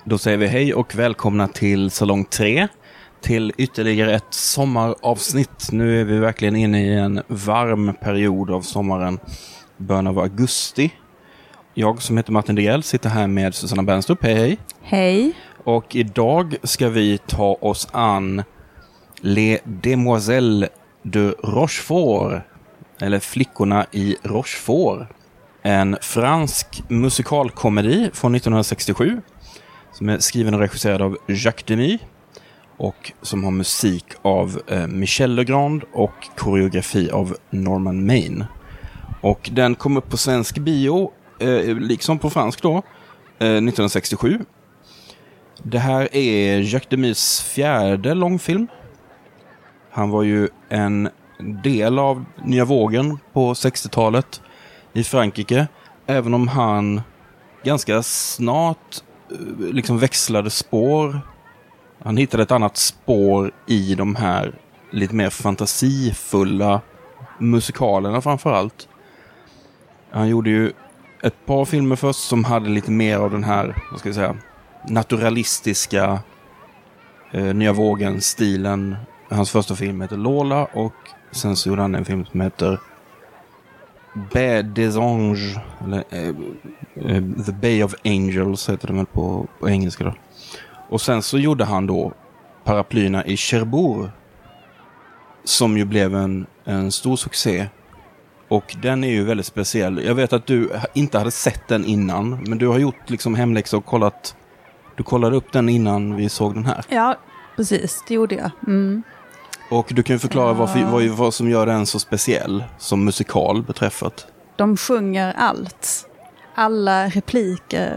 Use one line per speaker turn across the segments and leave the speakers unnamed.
Då säger vi hej och välkomna till Salong 3, till ytterligare ett sommaravsnitt. Nu är vi verkligen inne i en varm period av sommaren, början av augusti. Jag som heter Martin Degrell sitter här med Susanna Bernstrup. Hej hej!
Hej!
Och idag ska vi ta oss an Les Demoiselles de Rochefort, eller Flickorna i Rochefort. En fransk musikalkomedi från 1967 som är skriven och regisserad av Jacques Demy och som har musik av Michel Legrand och koreografi av Norman Maine. Och den kom upp på svensk bio, liksom på fransk då, 1967. Det här är Jacques Demys fjärde långfilm. Han var ju en del av nya vågen på 60-talet i Frankrike, även om han ganska snart liksom växlade spår. Han hittade ett annat spår i de här lite mer fantasifulla musikalerna framförallt. Han gjorde ju ett par filmer först som hade lite mer av den här, vad ska jag säga, naturalistiska nya vågen-stilen. Hans första film heter Lola och sen så gjorde han en film som heter Baie des Anges, eller The Bay of Angels heter det väl på engelska då. Och sen så gjorde han då Paraplyerna i Cherbourg, som ju blev en stor succé. Och den är ju väldigt speciell. Jag vet att du inte hade sett den innan, men du har gjort liksom hemläxa och kollat. Du kollade upp den innan vi såg den här.
Ja, precis. Det gjorde jag. Mm.
Och du kan ju förklara vad som gör den så speciell som musikal beträffat.
De sjunger allt. Alla repliker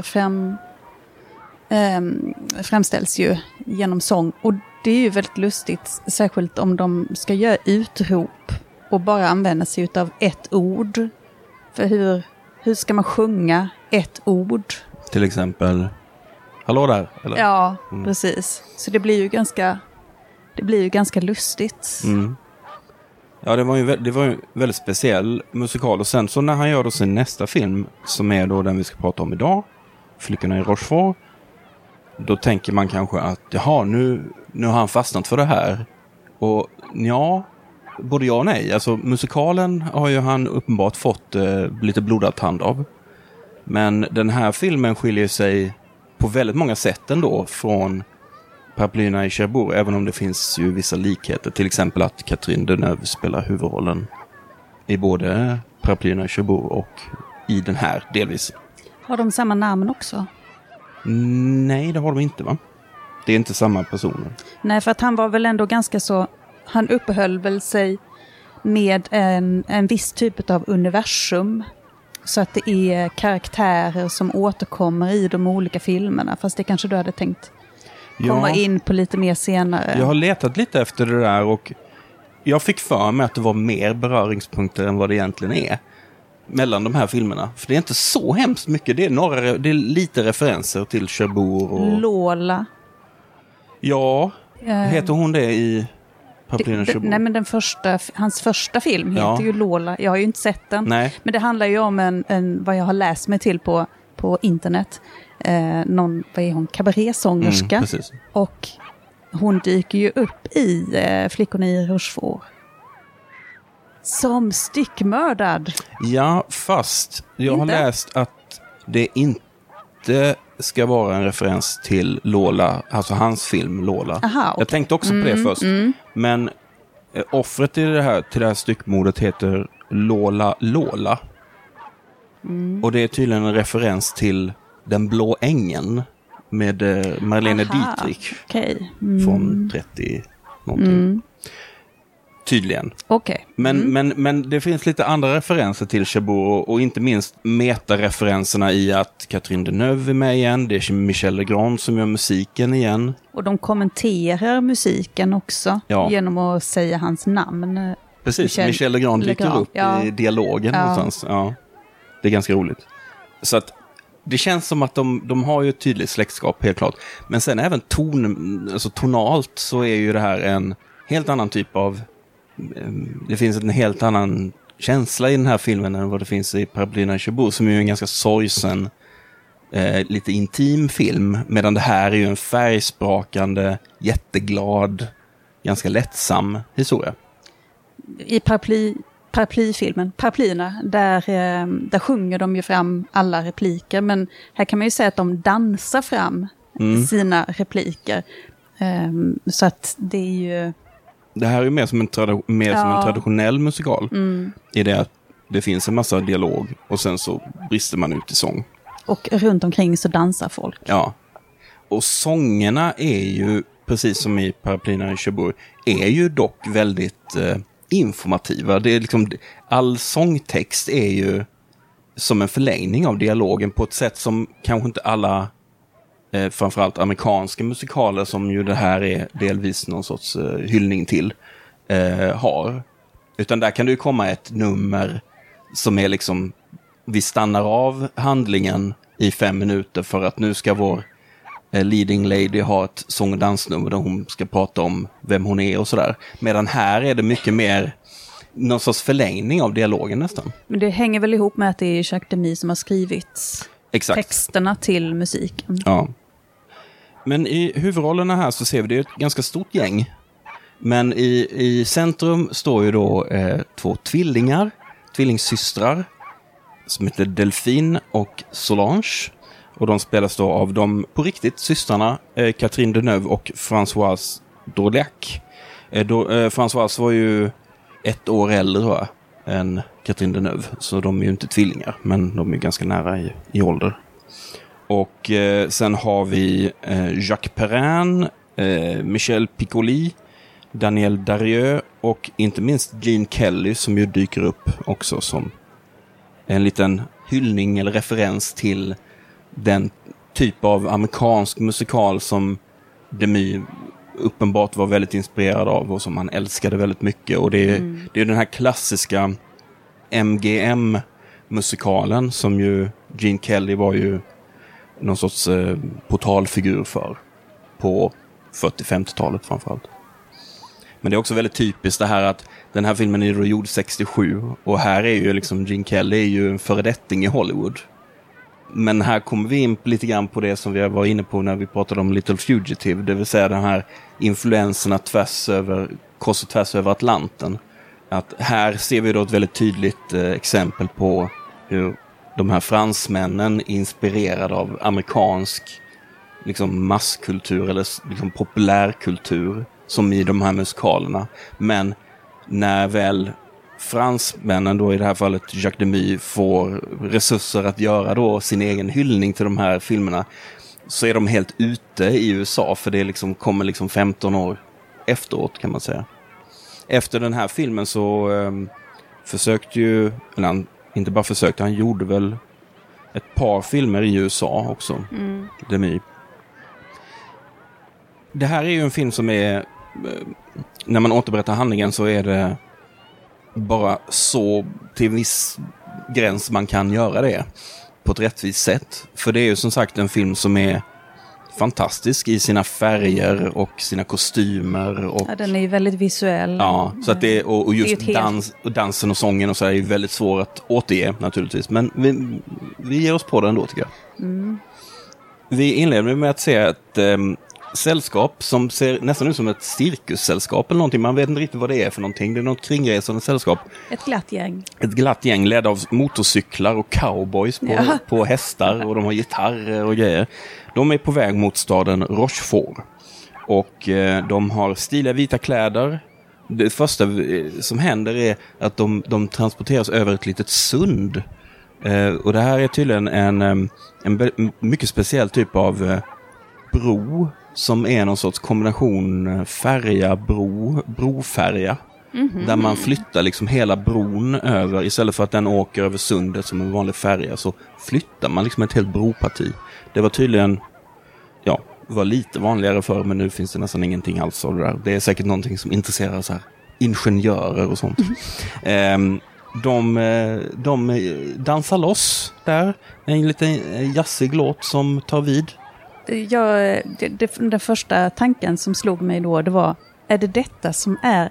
framställs ju genom sång. Och det är ju väldigt lustigt, särskilt om de ska göra utrop och bara använda sig av ett ord. För hur ska man sjunga ett ord?
Till exempel, hallå där? Eller?
Ja, precis. Så det blir ju ganska lustigt.
Mm. Ja, det var ju en väldigt speciell musikal. Och sen så när han gör då sin nästa film, som är då den vi ska prata om idag, Flickorna i Rochefort, då tänker man kanske att jaha, nu har han fastnat för det här. Och ja, både ja och nej. Alltså musikalen har ju han uppenbart fått lite blodad hand av. Men den här filmen skiljer sig på väldigt många sätt ändå från Paraplyerna i Cherbourg, även om det finns ju vissa likheter. Till exempel att Catherine Deneuve spelar huvudrollen i både Paraplyerna i Cherbourg och i den här delvis.
Har de samma namn också?
Nej, det har de inte, va? Det är inte samma personer.
Nej, för att han var väl ändå ganska så... Han uppehöll väl sig med en viss typ av universum. Så att det är karaktärer som återkommer i de olika filmerna. Fast det kanske du hade tänkt komma in på lite mer senare. Jag
har letat lite efter det där och jag fick för mig att det var mer beröringspunkter än vad det egentligen är mellan de här filmerna. För det är inte så hemskt mycket. Det är lite referenser till Cherbourg och...
Lola.
Ja, heter hon det i Paraplyerna i Cherbourg?
Nej, men hans första film heter ju Lola. Jag har ju inte sett den. Nej. Men det handlar ju om vad jag har läst mig till på internet. Vad är hon? Kabarésångerska.
Precis.
Och hon dyker ju upp i Flickorna i Rochefort som styckmördad.
Ja, fast jag har läst att det inte ska vara en referens till Lola, alltså hans film Lola. Aha, okay. Jag tänkte också på det först. Men offret till det här styckmordet heter Lola. Och det är tydligen en referens till Den blå ängen med Marlene Dietrich från 30 någonting. Tydligen.
Okay.
Men det finns lite andra referenser till Cherbourg och inte minst metareferenserna i att Catherine Deneuve är med igen. Det är Michel Legrand som gör musiken igen.
Och de kommenterar musiken också genom att säga hans namn.
Precis, Michel Legrand dyker upp i dialogen någonstans. Ja. Det är ganska roligt. Så att det känns som att de har ju ett tydligt släktskap, helt klart. Men sen även tonalt så är ju det här en helt annan typ av... Det finns en helt annan känsla i den här filmen än vad det finns i Paraplyerna i Cherbourg, som är ju en ganska sorgsen lite intim film, medan det här är ju en färgsprakande, jätteglad, ganska lättsam historia.
I paraplyfilmen, paraplyerna, där sjunger de ju fram alla repliker, men här kan man ju säga att de dansar fram sina repliker. Så att det är ju...
Det här är ju mer som en traditionell musikal. I det att det finns en massa dialog och sen så brister man ut i sång.
Och runt omkring så dansar folk.
Ja. Och sångerna är ju, precis som i Paraplyerna i Cherbourg, är ju dock väldigt informativa. Det är liksom, all sångtext är ju som en förlängning av dialogen på ett sätt som kanske inte alla, framförallt amerikanska musikaler, som ju det här är delvis någon sorts hyllning till, har. Utan där kan det ju komma ett nummer som är liksom, vi stannar av handlingen i 5 minuter för att nu ska vår leading lady ha ett sång- och dansnummer där hon ska prata om vem hon är och sådär. Medan här är det mycket mer någon sorts förlängning av dialogen nästan. Men
det hänger väl ihop med att det är Jacques Demy som har skrivit texterna till musiken.
Ja. Men i huvudrollerna här så ser vi det ett ganska stort gäng. Men i centrum står ju då 2 tvillingsystrar som heter Delphine och Solange. Och de spelas då av de på riktigt systrarna Catherine Deneuve och Françoise Dorleac. Françoise var ju 1 år äldre tror jag, än Catherine Deneuve. Så de är ju inte tvillingar, men de är ganska nära i ålder. Och sen har vi Jacques Perrin, Michel Piccoli, Daniel Darieux och inte minst Gene Kelly som ju dyker upp också som en liten hyllning eller referens till den typ av amerikansk musikal som Demy uppenbart var väldigt inspirerad av och som han älskade väldigt mycket. Och det är den här klassiska MGM-musikalen som ju Gene Kelly var ju någon sorts portalfigur för på 40-50-talet framförallt. Men det är också väldigt typiskt det här att den här filmen är då gjord 67 och här är ju liksom Gene Kelly är ju en föredetting i Hollywood. Men här kommer vi in lite grann på det som vi var inne på när vi pratade om Little Fugitive, det vill säga den här influenserna kors och tvärs över Atlanten. Att här ser vi då ett väldigt tydligt exempel på hur de här fransmännen är inspirerade av amerikansk liksom masskultur eller liksom populärkultur som i de här musikalerna. Men när väl fransmännen då i det här fallet Jacques Demy får resurser att göra då sin egen hyllning till de här filmerna, så är de helt ute i USA, för det liksom kommer liksom 15 år efteråt kan man säga. Efter den här filmen så försökte ju, eller han inte bara försökte, han gjorde väl ett par filmer i USA också. Demy. Det här är ju en film som är, när man återberättar handlingen så är det bara så till en viss gräns man kan göra det på ett rättvist sätt. För det är ju som sagt en film som är fantastisk i sina färger och sina kostymer. Och,
ja, den är ju väldigt visuell.
Ja, så att det, och just dansen och sången och så är ju väldigt svår att återge naturligtvis. Men vi ger oss på den då tycker jag. Vi inleder med att se ett sällskap som ser nästan ut som ett cirkussällskap eller någonting. Man vet inte riktigt vad det är för någonting. Det är något kringresande sällskap.
Ett glatt gäng.
Ett glatt gäng ledd av motorcyklar och cowboys på hästar, och de har gitarrer och grejer. De är på väg mot staden Rochefort. Och de har stiliga vita kläder. Det första som händer är att de transporteras över ett litet sund. Och det här är tydligen en mycket speciell typ av bro som är någon sorts kombination brofärja. Där man flyttar liksom hela bron över, istället för att den åker över sundet som en vanlig färja, så flyttar man liksom ett helt broparti. Det var tydligen, var lite vanligare förr, men nu finns det nästan ingenting alls av det där. Det är säkert någonting som intresserar så här ingenjörer och sånt. De dansar loss där. En liten jazzig låt som tar vid. Den första tanken som slog mig då, det var, är det detta som är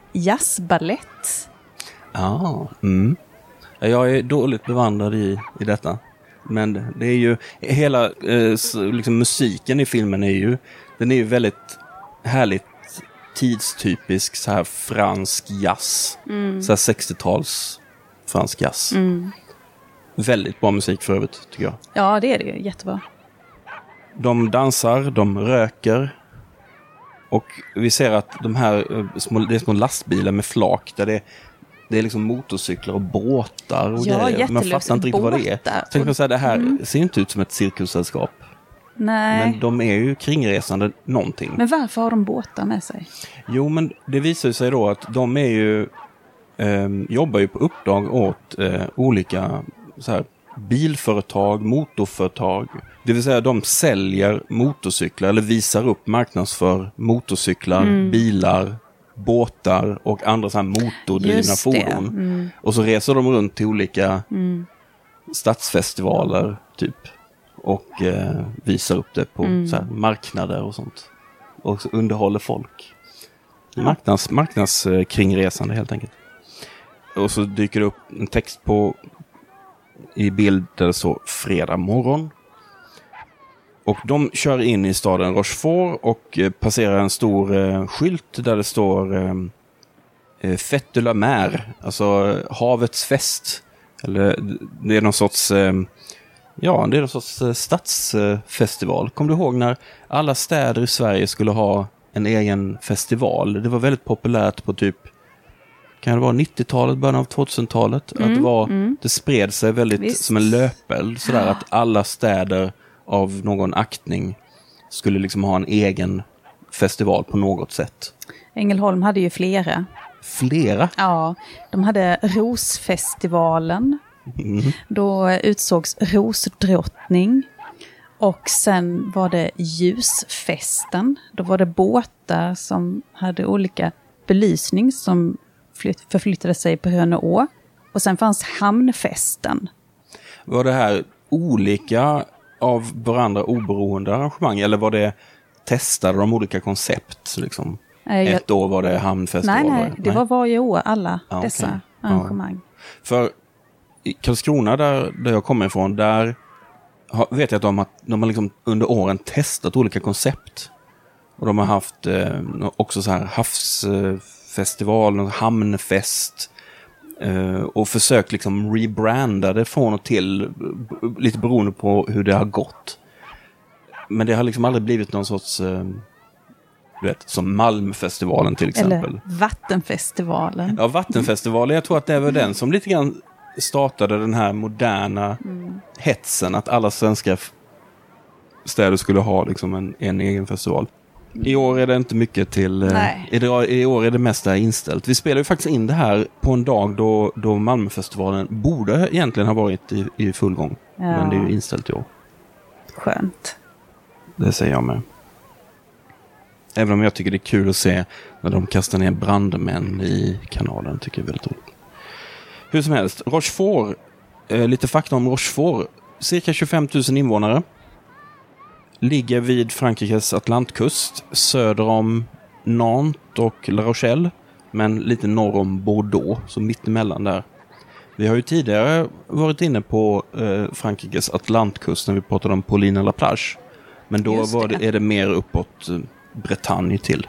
jazzballett? Ja, jag är dåligt bevandrad i detta. Men det är ju hela liksom musiken i filmen den är ju väldigt härligt tidstypisk så här fransk jazz. Så här 60-tals fransk jazz. Väldigt bra musik för övrigt, tycker jag.
Ja, det är det ju. Jättebra.
De dansar, de röker. Och vi ser att det är små lastbilar med flak där det är liksom motorcyklar och båtar och grejer. Man fattar inte riktigt vad det är. Tänk på så här, det här ser inte ut som ett cirkussällskap.
Nej.
Men de är ju kringresande någonting.
Men varför har de båtar med sig?
Jo, men det visar sig då att de är ju jobbar ju på uppdrag åt olika så här, bilföretag, motorföretag. Det vill säga de säljer motorcyklar eller visar upp marknadsför motorcyklar, bilar, båtar och andra så här motordrivna fordon. Och så reser de runt till olika stadsfestivaler typ och visar upp det på så här, marknader och sånt. Och så underhåller folk. Marknadskringresande helt enkelt. Och så dyker det upp en text i bild där det står fredag morgon. Och de kör in i staden Rochefort och passerar en stor skylt där det står Fête de la Mer, alltså havets fest. Eller det är någon sorts stadsfestival. Kommer du ihåg när alla städer i Sverige skulle ha en egen festival? Det var väldigt populärt på typ, kan det vara 90-talet, början av 2000-talet? Att det spred sig väldigt som en löpeld. Sådär att alla städer av någon aktning skulle liksom ha en egen festival på något sätt.
Ängelholm hade ju flera.
Flera?
Ja, de hade Rosfestivalen. Då utsågs Rosdrottning. Och sen var det Ljusfesten. Då var det båtar som hade olika belysning som förflyttade sig på Rönneå. Och sen fanns Hamnfesten.
Var det här olika av varandra oberoende arrangemang? Eller var det testade de olika koncept? Liksom? Ett år var det Hamnfestival?
Nej, det var varje år alla dessa arrangemang.
För i Karlskrona där jag kommer ifrån, där vet jag att de har liksom under åren testat olika koncept. Och de har haft också så här havsfestival, hamnfest och försökt liksom rebranda det från och till lite beroende på hur det har gått. Men det har liksom aldrig blivit någon sorts som Malmfestivalen till exempel.
Eller Vattenfestivalen.
Ja, Vattenfestivalen. Jag tror att det var den som lite grann startade den här moderna hetsen att alla svenska städer skulle ha liksom en egen festival. I år är det inte mycket till... I år är det mesta inställt. Vi spelar ju faktiskt in det här på en dag då Malmöfestivalen borde egentligen ha varit i full gång. Ja. Men det är ju inställt i år.
Skönt.
Det säger jag med. Även om jag tycker det är kul att se när de kastar ner brandmän i kanalen. Tycker jag är väldigt roligt. Hur som helst, Rochefort, lite fakta om Rochefort. Cirka 25 000 invånare. Ligger vid Frankrikes Atlantkust, söder om Nantes och La Rochelle, men lite norr om Bordeaux, så mittemellan där. Vi har ju tidigare varit inne på Frankrikes Atlantkust när vi pratade om Paulin-la-Plage. Men då är det mer uppåt Bretagne till.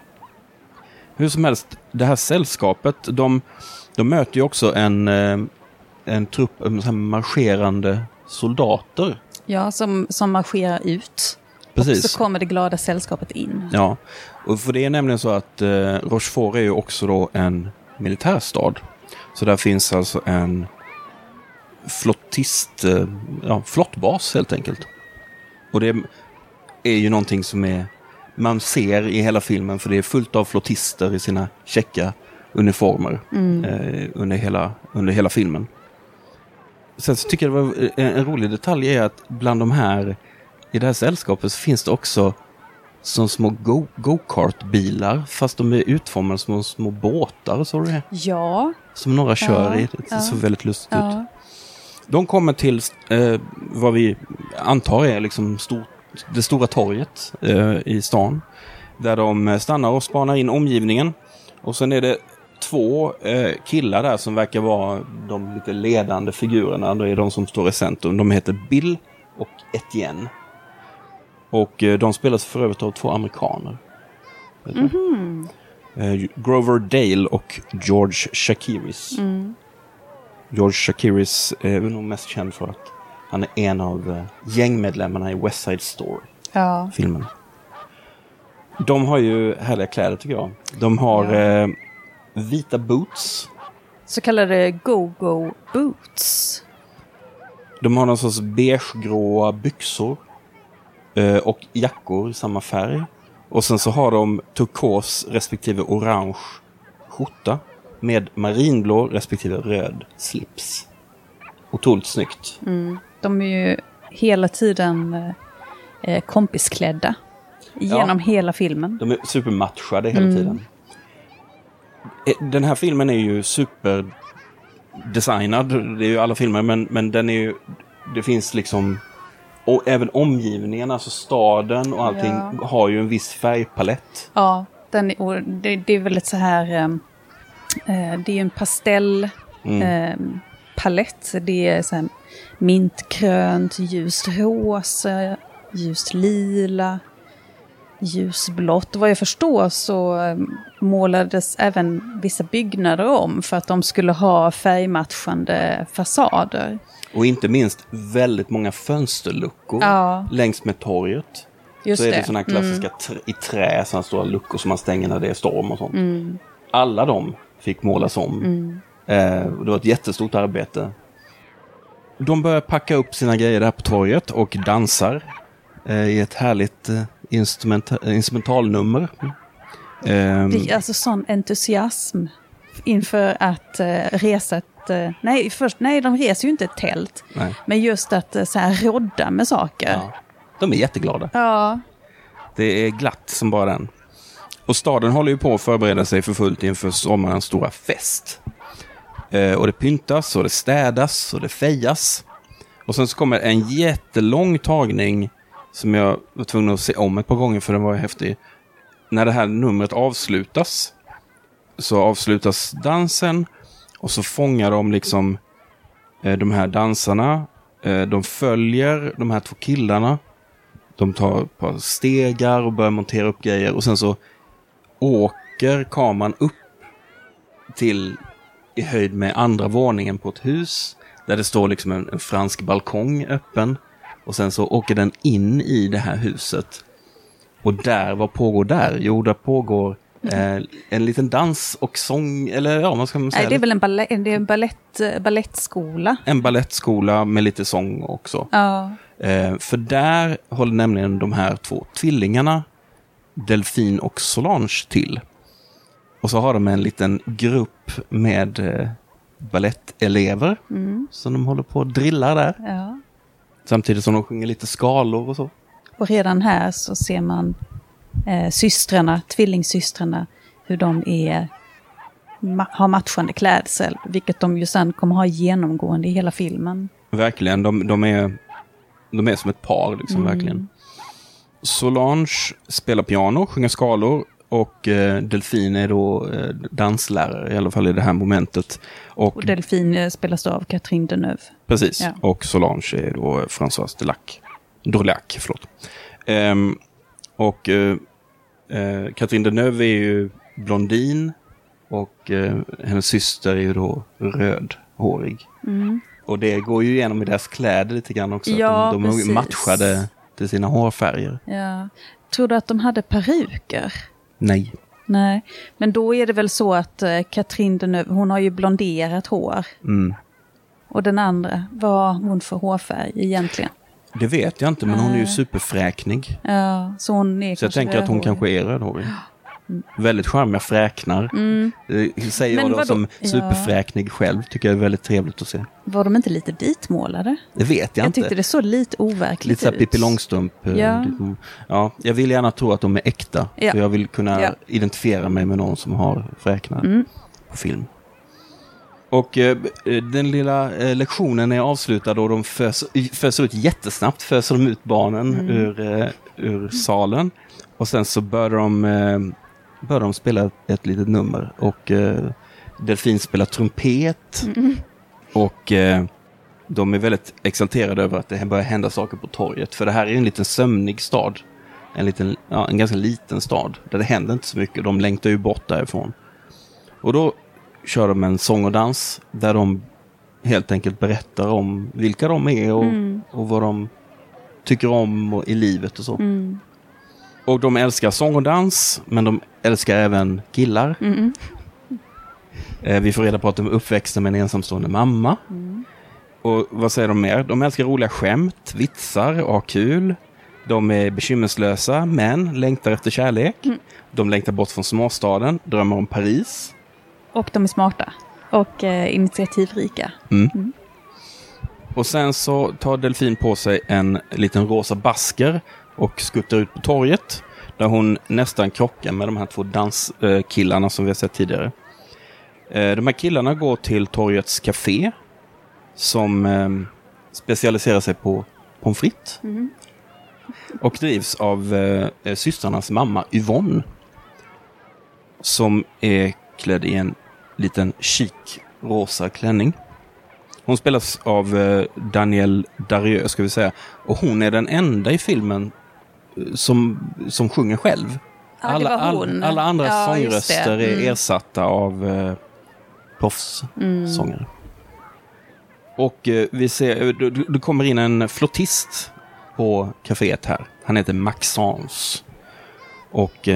Hur som helst, det här sällskapet, de möter ju också en trupp av marscherande soldater.
Ja, som marscherar ut.
Precis.
Och så kommer det glada sällskapet in.
Ja, och för det är nämligen så att Rochefort är ju också då en militärstad. Så där finns alltså en flottbas helt enkelt. Och det är ju någonting som man ser i hela filmen, för det är fullt av flottister i sina käcka uniformer under hela filmen. Sen så tycker jag det var en rolig detalj är att bland de här i det här sällskapet så finns det också som små go-kart-bilar, fast de är utformade som små båtar, så det?
Ja.
Som några kör i. Det ser väldigt lustigt ut. De kommer till vad vi antar är liksom det stora torget i stan, där de stannar och spanar in omgivningen. Och sen är det 2 killar där som verkar vara de lite ledande figurerna. Det är de som står i centrum. De heter Bill och Etienne. Och de spelas för övrigt av 2 amerikaner. Grover Dale och George Chakiris. George Chakiris är nog mest känd för att han är en av gängmedlemmarna i West Side Story-filmen. De har ju härliga kläder tycker jag. De har vita boots.
Så kallade go-go boots.
De har någon sorts beigegråa byxor. Och jackor i samma färg. Och sen så har de turkos respektive orange skjorta. Med marinblå respektive röd slips. Otroligt snyggt.
De är ju hela tiden kompisklädda. Genom hela filmen.
De är supermatchade hela tiden. Den här filmen är ju superdesignad. Det är ju alla filmer, men den är ju... Det finns liksom... Och även omgivningen, alltså staden och allting har ju en viss färgpalett.
Ja, det är väl ett så här... det är en pastellpalett. Det är så här mintgrönt, ljust rosa, ljust lila, ljusblått. Vad jag förstår så målades även vissa byggnader om för att de skulle ha färgmatchande fasader.
Och inte minst väldigt många fönsterluckor längs med torget.
Just
så är det sådana klassiska i trä, sådana stora luckor som man stänger när det är storm och sånt. Alla de fick målas om. Det var ett jättestort arbete. De börjar packa upp sina grejer där på torget och dansar i ett härligt instrumentalnummer.
Det är alltså sån entusiasm inför att resa ett... Nej, de reser ju inte ett tält.
Nej.
Men just att så här rodda med saker.
Ja. De är jätteglada.
Ja.
Det är glatt som bara den. Och staden håller ju på att förbereda sig för fullt inför sommarens stora fest. Och det pyntas och det städas och det fejas. Och sen så kommer en jättelång tagning som jag var tvungen att se om ett par gånger för den var häftig. När det här numret avslutas så avslutas dansen och så fångar de liksom de här dansarna. De följer de här 2 killarna. De tar ett par stegar och börjar montera upp grejer och sen så åker kameran upp till i höjd med andra våningen på ett hus där det står liksom en fransk balkong öppen och sen så åker den in i det här huset och där, vad pågår där? Jo, där pågår en liten dans och sång, eller ja, vad ska man säga?
Nej, det är väl en ballettskola.
En ballettskola med lite sång också.
Ja.
För där håller nämligen de här 2 tvillingarna Delphine och Solange till. Och så har de en liten grupp med ballettelever som de håller på att drilla där.
Ja.
Samtidigt som de sjunger lite skalor och så.
Och redan här så ser man tvillingsystrarna, hur de har matchande klädsel. Vilket de ju sen kommer ha genomgående i hela filmen.
Verkligen, de är som ett par liksom, verkligen. Solange spelar piano, sjunger skalor och Delphine är då danslärare, i alla fall i det här momentet. Och
Delphine spelas då av Catherine Deneuve.
Precis,
ja.
Och Solange är då Françoise Dorlac. Catherine Deneuve är ju blondin och hennes syster är ju då rödhårig. Och det går ju igenom i deras kläder lite grann också.
Ja,
de är matchade till sina hårfärger.
Ja. Tror du att de hade peruker?
Nej.
Nej, men då är det väl så att Catherine Deneuve, hon har ju blonderat hår. Och den andra, vad har hon för hårfärg egentligen?
Det vet jag inte, men hon är ju superfräknig.
Ja, så hon är
så jag tänker att hon kanske är rödhårig. Väldigt charmiga fräknar. Säger
men
jag då som superfräknig själv. Tycker jag är väldigt trevligt att se.
Var de inte lite ditmålade?
Det vet jag inte.
Jag tyckte det så lite overkligt
lite så Pippi Långstrump. Ja, jag vill gärna tro att de är äkta.
Ja.
För jag vill kunna identifiera mig med någon som har fräknar på film. Och den lilla lektionen är avslutad och de föser ut jättesnabbt. Föser de ut barnen ur salen. Och sen så börjar de spela ett litet nummer. Och Delfin spelar trumpet. Och de är väldigt exalterade över att det börjar hända saker på torget. För det här är en liten sömnig stad. En ganska liten stad. Där det händer inte så mycket. De längtar ju bort därifrån. Och då kör de en sång och dans. Där de helt enkelt berättar om vilka de är. Och vad de tycker om i livet och så. Och de älskar sång och dans. Men de älskar även killar. Vi får reda på att de är uppväxta med en ensamstående mamma. Och vad säger de mer? De älskar roliga skämt, vitsar och har kul. De är bekymmerslösa, men längtar efter kärlek. De längtar bort från småstaden, drömmer om Paris.
Och de är smarta. Och initiativrika.
Och sen så tar Delfin på sig en liten rosa basker och skuttar ut på torget. Där hon nästan krockar med de här 2 danskillarna som vi har sett tidigare. De här killarna går till torgets café. Som specialiserar sig på pommes frites. Och drivs av systrarnas mamma Yvonne. Som är klädd i en liten chic rosa klänning. Hon spelas av Danielle Darrieux, ska vi säga. Och hon är den enda i filmen som sjunger själv.
Ja,
alla andra sångröster är ersatta av proffssångare. Och vi ser, det kommer in en flottist på kaféet här. Han heter Maxence. Och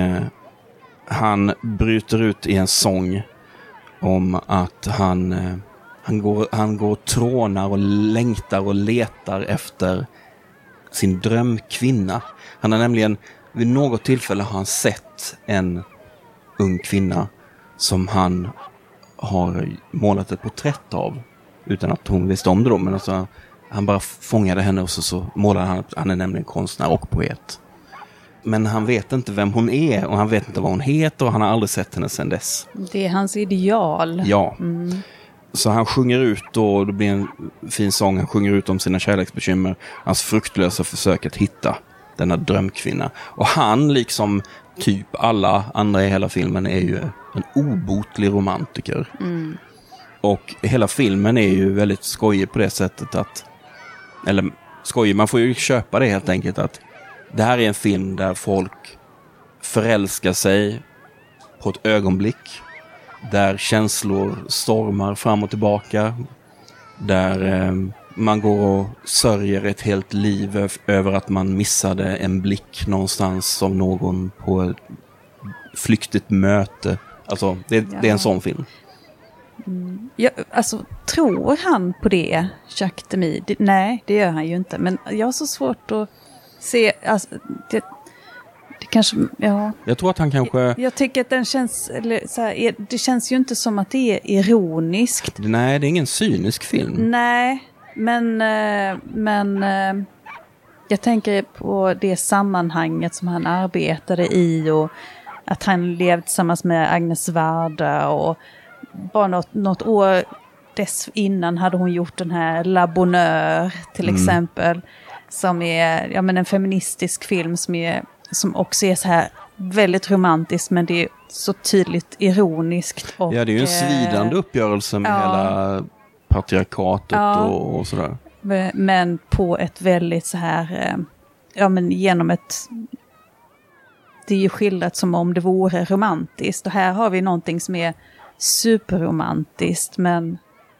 han bryter ut i en sång om att han går och trånar och längtar och letar efter sin drömkvinna. Han har nämligen vid något tillfälle har han sett en ung kvinna som han har målat ett porträtt av. Utan att hon visste om det då. Men alltså, han bara fångade henne och så målade han. Han är nämligen konstnär och poet. Men han vet inte vem hon är. Och han vet inte vad hon heter. Och han har aldrig sett henne sedan dess.
Det är hans ideal.
Ja. Så han sjunger ut och det blir en fin sång. Han sjunger ut om sina kärleksbekymmer. Hans fruktlösa försök att hitta denna drömkvinna. Och han, liksom typ alla andra i hela filmen, är ju en obotlig romantiker. Och hela filmen är ju väldigt skojig på det sättet att, eller skojig, man får ju köpa det helt enkelt, att det här är en film där folk förälskar sig på ett ögonblick, där känslor stormar fram och tillbaka, där man går och sörjer ett helt liv över att man missade en blick någonstans av någon på ett flyktigt möte. Alltså det är en sån film.
Ja, alltså, tror han på det, Jacques Demy? Nej, det gör han ju inte. Men jag har så svårt att se. Alltså, det kanske, ja.
Jag tror att han kanske...
Jag tycker att den känns... Eller, så här, det känns ju inte som att det är ironiskt.
Nej, det är ingen cynisk film.
Nej, men jag tänker på det sammanhanget som han arbetade i. Och att han levde tillsammans med Agnes Varda och... Bara något år dessförinnan hade hon gjort den här La Bonheur till exempel. Som är en feministisk film som också är så här väldigt romantisk, men det är så tydligt ironiskt. Och,
ja, det är ju en svidande uppgörelse med hela patriarkatet och sådär.
Men på ett väldigt så här, genom ett... Det är ju skildrat som om det vore romantiskt. Och här har vi någonting som är superromantiskt, men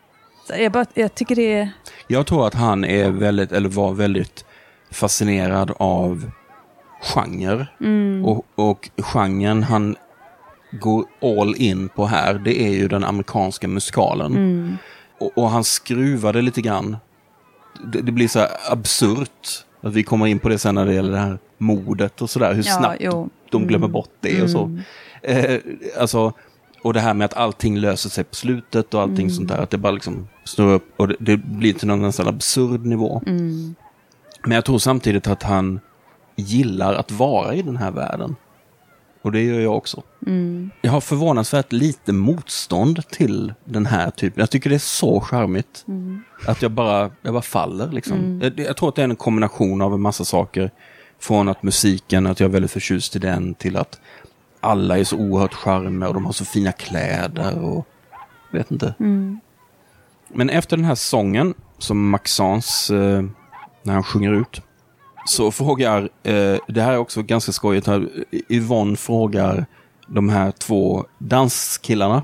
jag tycker det är...
Jag tror att han var väldigt fascinerad av genre. Och genren han går all in på här, det är ju den amerikanska musikalen. Och han skruvade lite grann. Det blir så här absurt att vi kommer in på det sen när det gäller det här modet och sådär. Hur snabbt de glömmer bort det och så. Alltså... Och det här med att allting löser sig på slutet och allting sånt där. Att det bara liksom står upp och det blir till någon nästan absurd nivå. Men jag tror samtidigt att han gillar att vara i den här världen. Och det gör jag också. Jag har förvånansvärt lite motstånd till den här typen. Jag tycker det är så charmigt. Att jag bara faller liksom. Jag tror att det är en kombination av en massa saker. Från att musiken, att jag är väldigt förtjust i den, till att alla är så oerhört charmiga och de har så fina kläder och vet inte. Men efter den här sången som Maxence, när han sjunger ut, så frågar, det här är också ganska skojigt här, Yvonne frågar de här 2 danskillarna.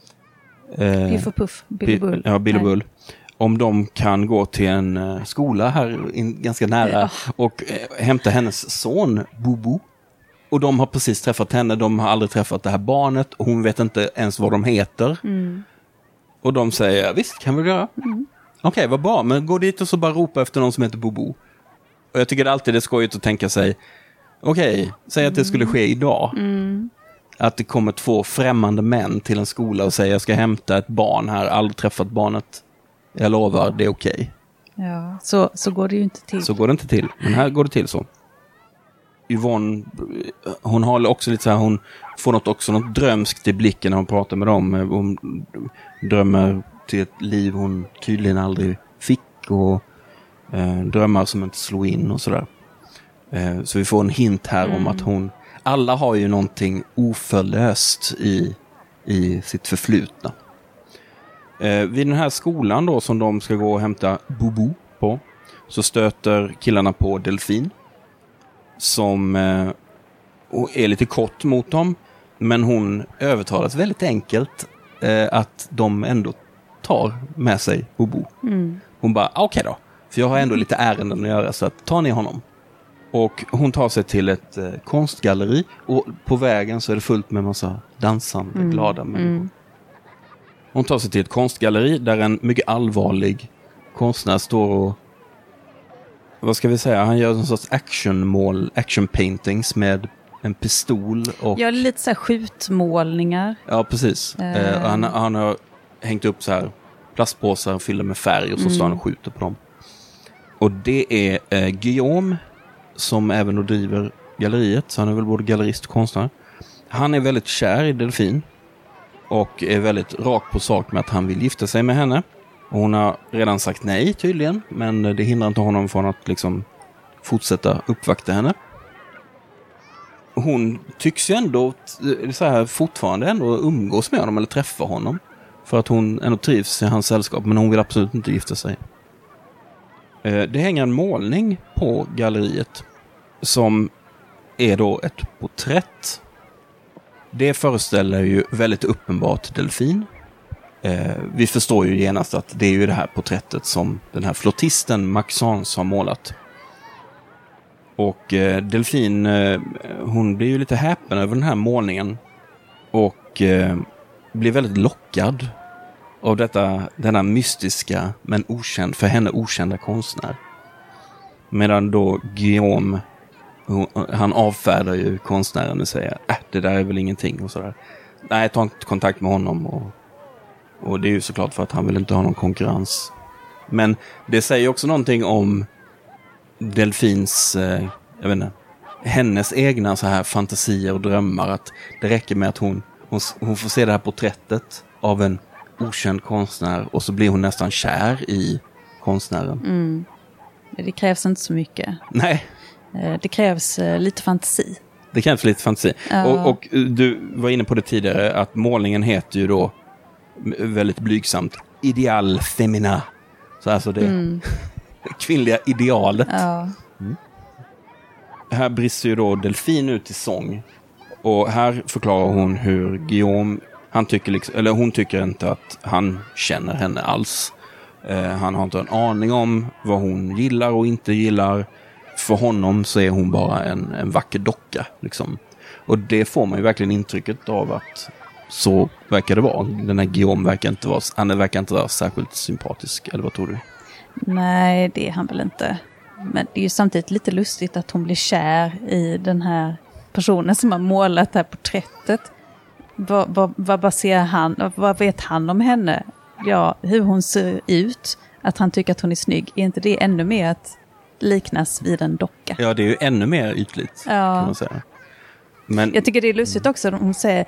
Piff och Puff, Bill och Bull.
Ja, Bill och Bull. Om de kan gå till en skola här ganska nära och hämta hennes son, Bobo. Och de har precis träffat henne, de har aldrig träffat det här barnet och hon vet inte ens vad de heter. Och de säger, visst kan vi göra. Okej, vad bra, men gå dit och så bara ropa efter någon som heter Bobo. Och jag tycker alltid det är skojigt att tänka sig, okej, säg att det skulle ske idag. Att det kommer 2 främmande män till en skola och säger, jag ska hämta ett barn här, aldrig träffat barnet. Jag lovar, det är okej.
Ja, så går det ju inte till.
Så går det inte till, men här går det till så. Yvonne, hon har också lite så här, hon får något drömskt i blicken när hon pratar med dem. Hon drömmer till ett liv hon tydligen aldrig fick och drömmar som inte slår in och sådär. Så vi får en hint här om att alla har ju någonting oförlöst i sitt förflutna. Vid den här skolan då som de ska gå och hämta Bobo på, så stöter killarna på Delfin som är lite kort mot dem, men hon övertalas väldigt enkelt att de ändå tar med sig Bobo. Hon bara, okej då, för jag har ändå lite ärenden att göra, så att ta ner honom. Och hon tar sig till ett konstgalleri och på vägen så är det fullt med massa dansande, glada människor. Hon tar sig till ett konstgalleri där en mycket allvarlig konstnär står och, vad ska vi säga, han gör en sorts action paintings med en pistol och...
Ja, lite så här skjutmålningar.
Ja, precis. Han har hängt upp så här plastpåsar fyllda med färg och så står han och skjuter på dem. Och det är Guillaume som även då driver galleriet, så han är väl både gallerist och konstnär. Han är väldigt kär i Delfin och är väldigt rak på sak med att han vill gifta sig med henne. Och hon har redan sagt nej tydligen, men det hindrar inte honom från att liksom fortsätta uppvakta henne. Hon tycks ju ändå så här, fortfarande ändå umgås med honom eller träffa honom. För att hon ändå trivs i hans sällskap, men hon vill absolut inte gifta sig. Det hänger en målning på galleriet som är då ett porträtt. Det föreställer ju väldigt uppenbart Delfin. Vi förstår ju genast att det är ju det här porträttet som den här flottisten Maxence har målat. Och Delfin, hon blir ju lite häpen över den här målningen och blir väldigt lockad av denna mystiska men för henne okända konstnär. Medan då Guillaume, han avfärdar ju konstnären och säger det där är väl ingenting och sådär. Nej, ta inte kontakt med honom och det är ju såklart för att han vill inte ha någon konkurrens. Men det säger också någonting om Delfins, jag vet inte, hennes egna så här fantasier och drömmar, att det räcker med att hon får se det här porträttet av en okänd konstnär och så blir hon nästan kär i konstnären.
Det krävs inte så mycket.
Nej.
Det krävs lite fantasi.
Det krävs lite fantasi. Ja. Och du var inne på det tidigare att målningen heter ju då väldigt blygsamt Ideal Femina. Så alltså det kvinnliga idealet.
Ja.
Här brister ju då Delfin ut i sång. Och här förklarar hon hur Guillaume, hon tycker inte att han känner henne alls. Han har inte en aning om vad hon gillar och inte gillar. För honom så är hon bara en vacker docka. Liksom. Och det får man ju verkligen intrycket av att så verkar det vara. Den här Guillaume verkar inte vara särskilt sympatisk. Eller vad tror du?
Nej, det är han väl inte. Men det är ju samtidigt lite lustigt att hon blir kär i den här personen som har målat det här porträttet. Vad baserar han? Vad vet han om henne? Ja, hur hon ser ut. Att han tycker att hon är snygg. Är inte det ännu mer att liknas vid en docka?
Ja, det är ju ännu mer ytligt kan man säga. Men
jag tycker det är lustigt också att hon säger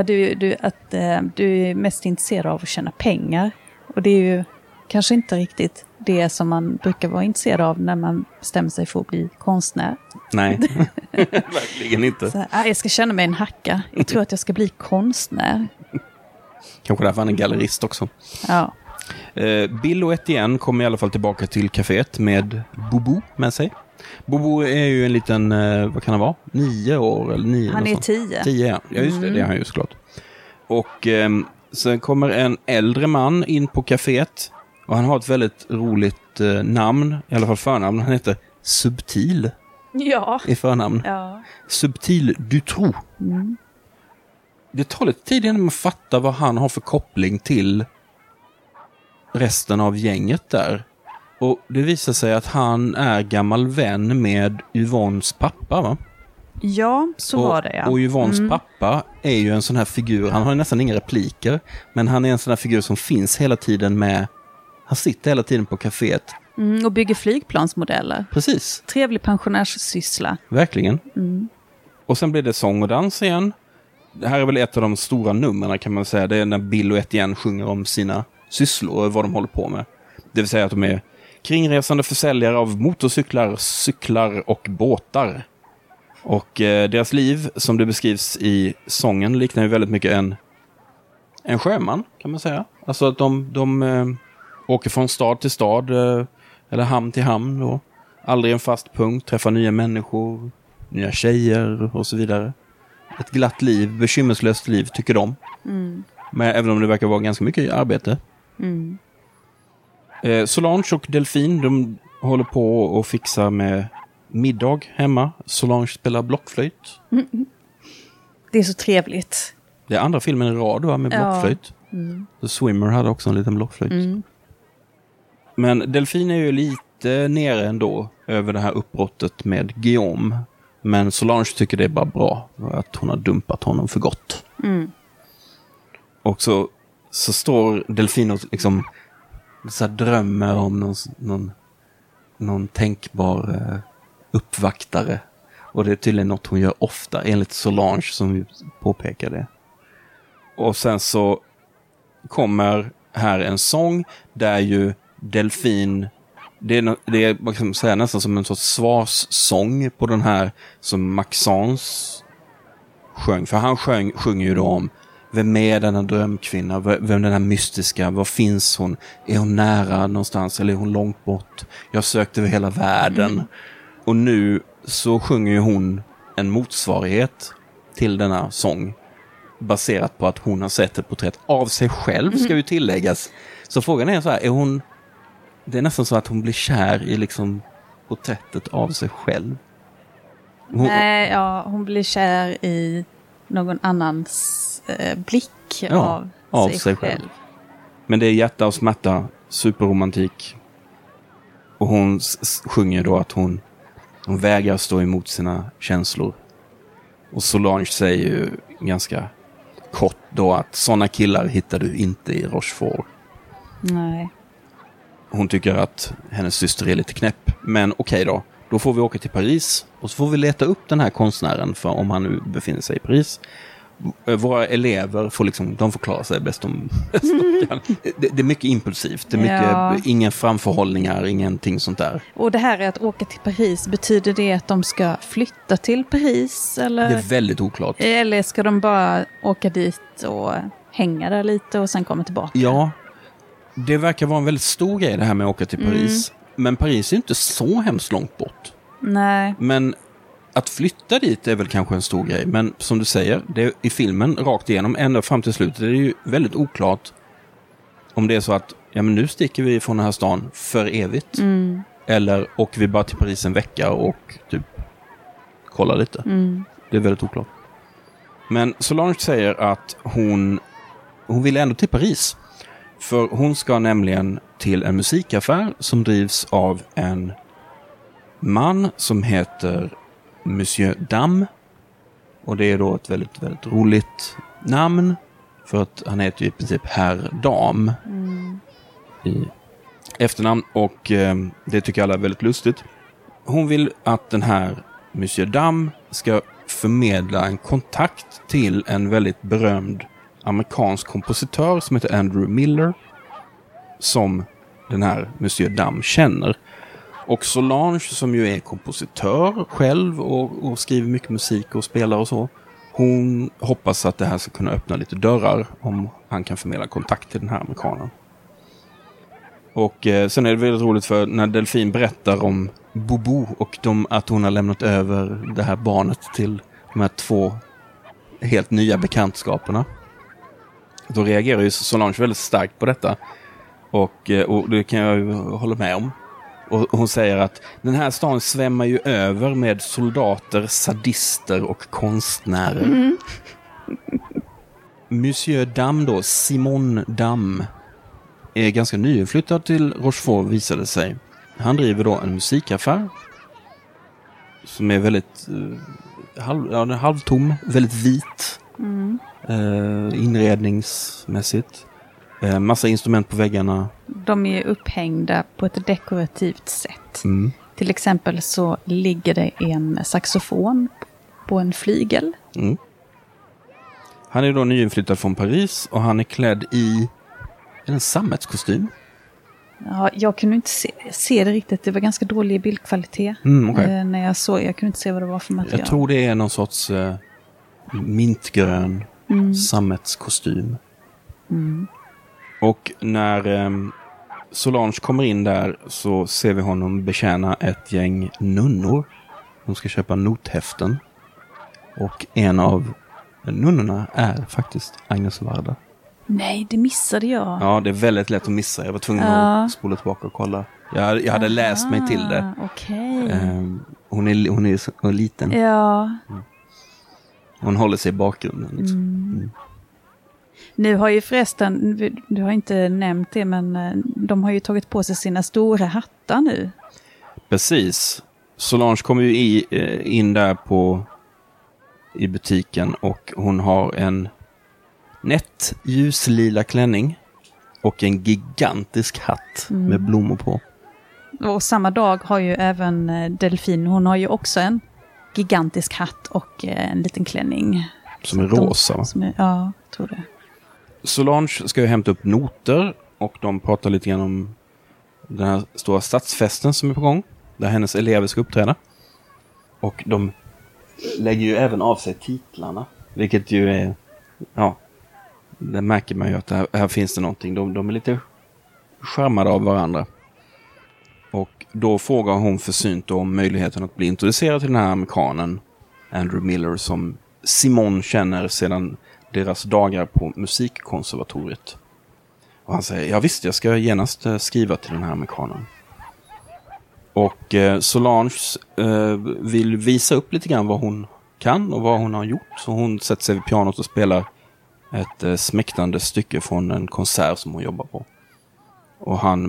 du är mest intresserad av att tjäna pengar. Och det är ju kanske inte riktigt det som man brukar vara intresserad av när man bestämmer sig för att bli konstnär.
Nej, verkligen inte.
Så, jag ska känna mig en hacka. Jag tror att jag ska bli konstnär.
Kanske därför han är gallerist också.
Ja.
Bill och Etienne kommer i alla fall tillbaka till kaféet med Bobo med sig. Bobo är ju en liten, vad kan han vara? 9 år eller 9?
Han är 10.
10, ja. Ja, just det, det är han ju såklart. Och sen kommer en äldre man in på kaféet. Och han har ett väldigt roligt namn, i alla fall förnamn. Han heter Subtil.
Ja.
I förnamn.
Ja.
Subtil Dutroux. Det tar lite tid innan man fattar vad han har för koppling till resten av gänget där. Och det visar sig att han är gammal vän med Yvonnes pappa, va?
Ja, så var det, ja.
Och Yvonnes pappa är ju en sån här figur, han har nästan inga repliker, men han är en sån här figur som finns hela tiden med, han sitter hela tiden på kaféet.
Och bygger flygplansmodeller.
Precis.
Trevlig pensionärssyssla.
Verkligen. Och sen blir det sång och dans igen. Det här är väl ett av de stora numren kan man säga. Det är när Bill och Etienne sjunger om sina sysslor och vad de håller på med. Det vill säga att de är kringresande försäljare av motorcyklar, cyklar och båtar. Och deras liv, som det beskrivs i sången, liknar ju väldigt mycket en sjöman, kan man säga. Alltså att de åker från stad till stad, eller hamn till hamn då. Aldrig en fast punkt, träffar nya människor, nya tjejer och så vidare. Ett glatt liv, bekymmerslöst liv, tycker de. Men även om det verkar vara ganska mycket arbete. Solange och Delphine, de håller på och fixar med middag hemma. Solange spelar blockflöjt.
Det är så trevligt.
Det är andra filmen i rad, va, med blockflöjt. The Swimmer hade också en liten blockflöjt. Men Delphine är ju lite nere ändå över det här uppbrottet med Guillaume. Men Solange tycker det är bara bra att hon har dumpat honom för gott. Och så står Delphine och liksom så drömmer om någon tänkbar uppvaktare. Och det är tydligen något hon gör ofta, enligt Solange som vi påpekar det. Och sen så kommer här en sång där ju Delphine, det är vad kan man säga, nästan som en sorts svarssång på den här som Maxence sjöng. För han sjunger ju då om vem är denna drömkvinna, vem den här mystiska, var finns hon? Är hon nära någonstans eller är hon långt bort? Jag sökte över hela världen. Och nu så sjunger ju hon en motsvarighet till denna sång baserat på att hon har sett ett porträtt av sig själv, ska ju tilläggas. Så frågan är så här, det är nästan så att hon blir kär i liksom porträttet av sig själv.
Hon blir kär i någon annans blick av sig själv.
Men det är hjärta och smärta, superromantik. Och hon sjunger då att hon vägrar stå emot sina känslor. Och Solange säger ju ganska kort då att såna killar hittar du inte i Rochefort.
Nej.
Hon tycker att hennes syster är lite knäpp. Men okej då får vi åka till Paris och så får vi leta upp den här konstnären för om han nu befinner sig i Paris. Våra elever får får klara sig bäst de kan. Det är mycket impulsivt. Det är mycket, inga framförhållningar, ingenting sånt där.
Och det här är att åka till Paris, betyder det att de ska flytta till Paris? Eller?
Det är väldigt oklart.
Eller ska de bara åka dit och hänga där lite och sen komma tillbaka?
Ja, det verkar vara en väldigt stor grej det här med att åka till Paris. Men Paris är inte så hemskt långt bort.
Nej.
Men att flytta dit är väl kanske en stor grej. Men som du säger, det är i filmen rakt igenom ända fram till slutet. Det är ju väldigt oklart om det är så att men nu sticker vi från den här stan för evigt. Eller åker vi bara till Paris en vecka och typ kollar lite. Det är väldigt oklart. Men Solange säger att hon vill ändå till Paris. För hon ska nämligen till en musikaffär som drivs av en man som heter Monsieur Dame. Och det är då ett väldigt, väldigt roligt namn. För att han heter ju i princip Herr Dam i efternamn. Och det tycker alla är väldigt lustigt. Hon vill att den här Monsieur Dame ska förmedla en kontakt till en väldigt berömd amerikansk kompositör som heter Andrew Miller. Som den här Monsieur Dame känner. Och Solange, som ju är kompositör själv och skriver mycket musik och spelar och så, hon hoppas att det här ska kunna öppna lite dörrar om han kan förmedla kontakt till den här amerikanen. Och sen är det väldigt roligt för när Delfin berättar om Bobo och att hon har lämnat över det här barnet till de här 2 helt nya bekantskaperna. Då reagerar ju Solange väldigt starkt på detta. Och det kan jag ju hålla med om. Och hon säger att den här stan svämmar ju över med soldater, sadister och konstnärer. Monsieur Dam då, Simon Dam, är ganska nyinflyttad till Rochefort visade sig. Han driver då en musikaffär som är väldigt halvtom, väldigt vit inredningsmässigt. Massa instrument på väggarna.
De är upphängda på ett dekorativt sätt. Till exempel så ligger det en saxofon på en flygel.
Han är då nyinflyttad från Paris och han är klädd i en sammetskostym.
Ja, jag kunde inte se det riktigt. Det var ganska dålig bildkvalitet.
Okay.
När jag kunde inte se vad det var för material.
Jag tror det är någon sorts mintgrön sammetskostym. Och när Solange kommer in där så ser vi honom betjäna ett gäng nunnor. De ska köpa nothäften. Och en av nunnorna är faktiskt Agnes Varda.
Nej, det missade jag.
Ja, det är väldigt lätt att missa. Jag var tvungen att spola tillbaka och kolla. Jag hade läst mig till det.
Okay.
Hon är så liten.
Ja.
Hon håller sig i bakgrunden. Liksom.
Nu har ju förresten, du har inte nämnt det, men de har ju tagit på sig sina stora hattar nu.
Precis. Solange kommer ju in där i butiken och hon har en nätt ljuslila klänning och en gigantisk hatt med blommor på.
Och samma dag har ju även Delfin, hon har ju också en gigantisk hatt och en liten klänning.
Som är rosa, va?
Ja, jag tror det.
Solange ska ju hämta upp noter och de pratar lite grann om den här stora stadsfesten som är på gång. Där hennes elever ska uppträda. Och de lägger ju även av sig titlarna. Vilket ju är, ja, det märker man ju att här finns det någonting. De är lite charmade av varandra. Och då frågar hon försynt om möjligheten att bli introducerad till den här amerikanen Andrew Miller som Simon känner sedan deras dagar på musikkonservatoriet. Och han säger, ja visst, jag ska genast skriva till den här amerikanen. Och Solange vill visa upp lite grann vad hon kan och vad hon har gjort. Så hon sätter sig vid pianot och spelar ett smäktande stycke från en konsert som hon jobbar på. Och han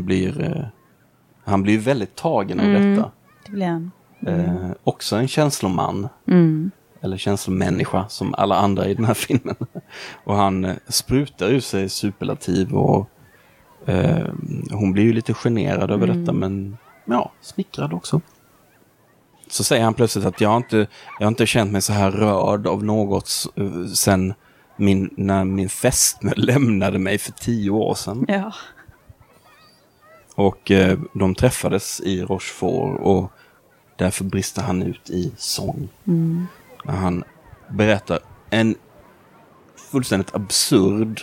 blir väldigt tagen av detta.
Det blir han.
Också en känsloman. Eller känslomänniska som alla andra i den här filmen. Och han sprutar ur sig superlativ och hon blir ju lite generad över detta, men ja, smickrad också. Så säger han plötsligt att jag har inte känt mig så här rörd av något sen när min fästmö lämnade mig för 10 år sedan.
Ja.
Och de träffades i Rochefort och därför brister han ut i sång. När han berättar en fullständigt absurd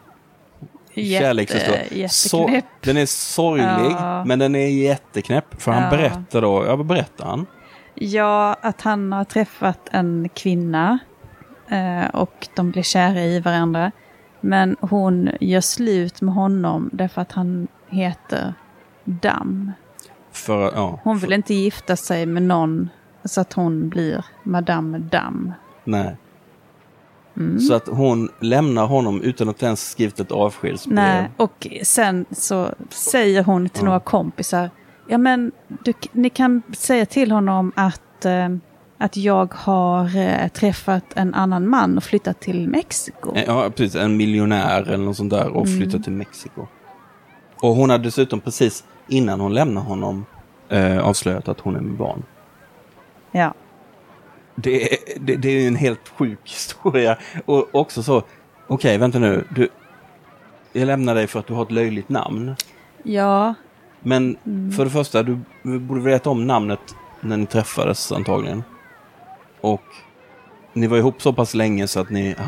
kärlekshistoria. Den är sorglig, men den är jätteknäpp. För han berättar då, vad berättar han?
Ja, att han har träffat en kvinna och de blir kära i varandra. Men hon gör slut med honom därför att han heter Dam. Hon vill inte gifta sig med någon så att hon blir Madame Dam.
Nej. Så att hon lämnar honom utan att ens skrivit ett avskedsbrev.
Nej, och sen så säger hon till några kompisar, ja men ni kan säga till honom att jag har träffat en annan man och flyttat till Mexiko.
Ja, precis. En miljonär eller något sånt där och flyttat till Mexiko. Och hon har dessutom precis innan hon lämnar honom avslöjat att hon är med barn.
Ja.
Det är ju en helt sjuk historia. Och också så, okej, vänta nu. Jag lämnar dig för att du har ett löjligt namn.
Ja.
Men för det första, du borde veta om namnet när ni träffades antagligen. Och ni var ihop så pass länge så att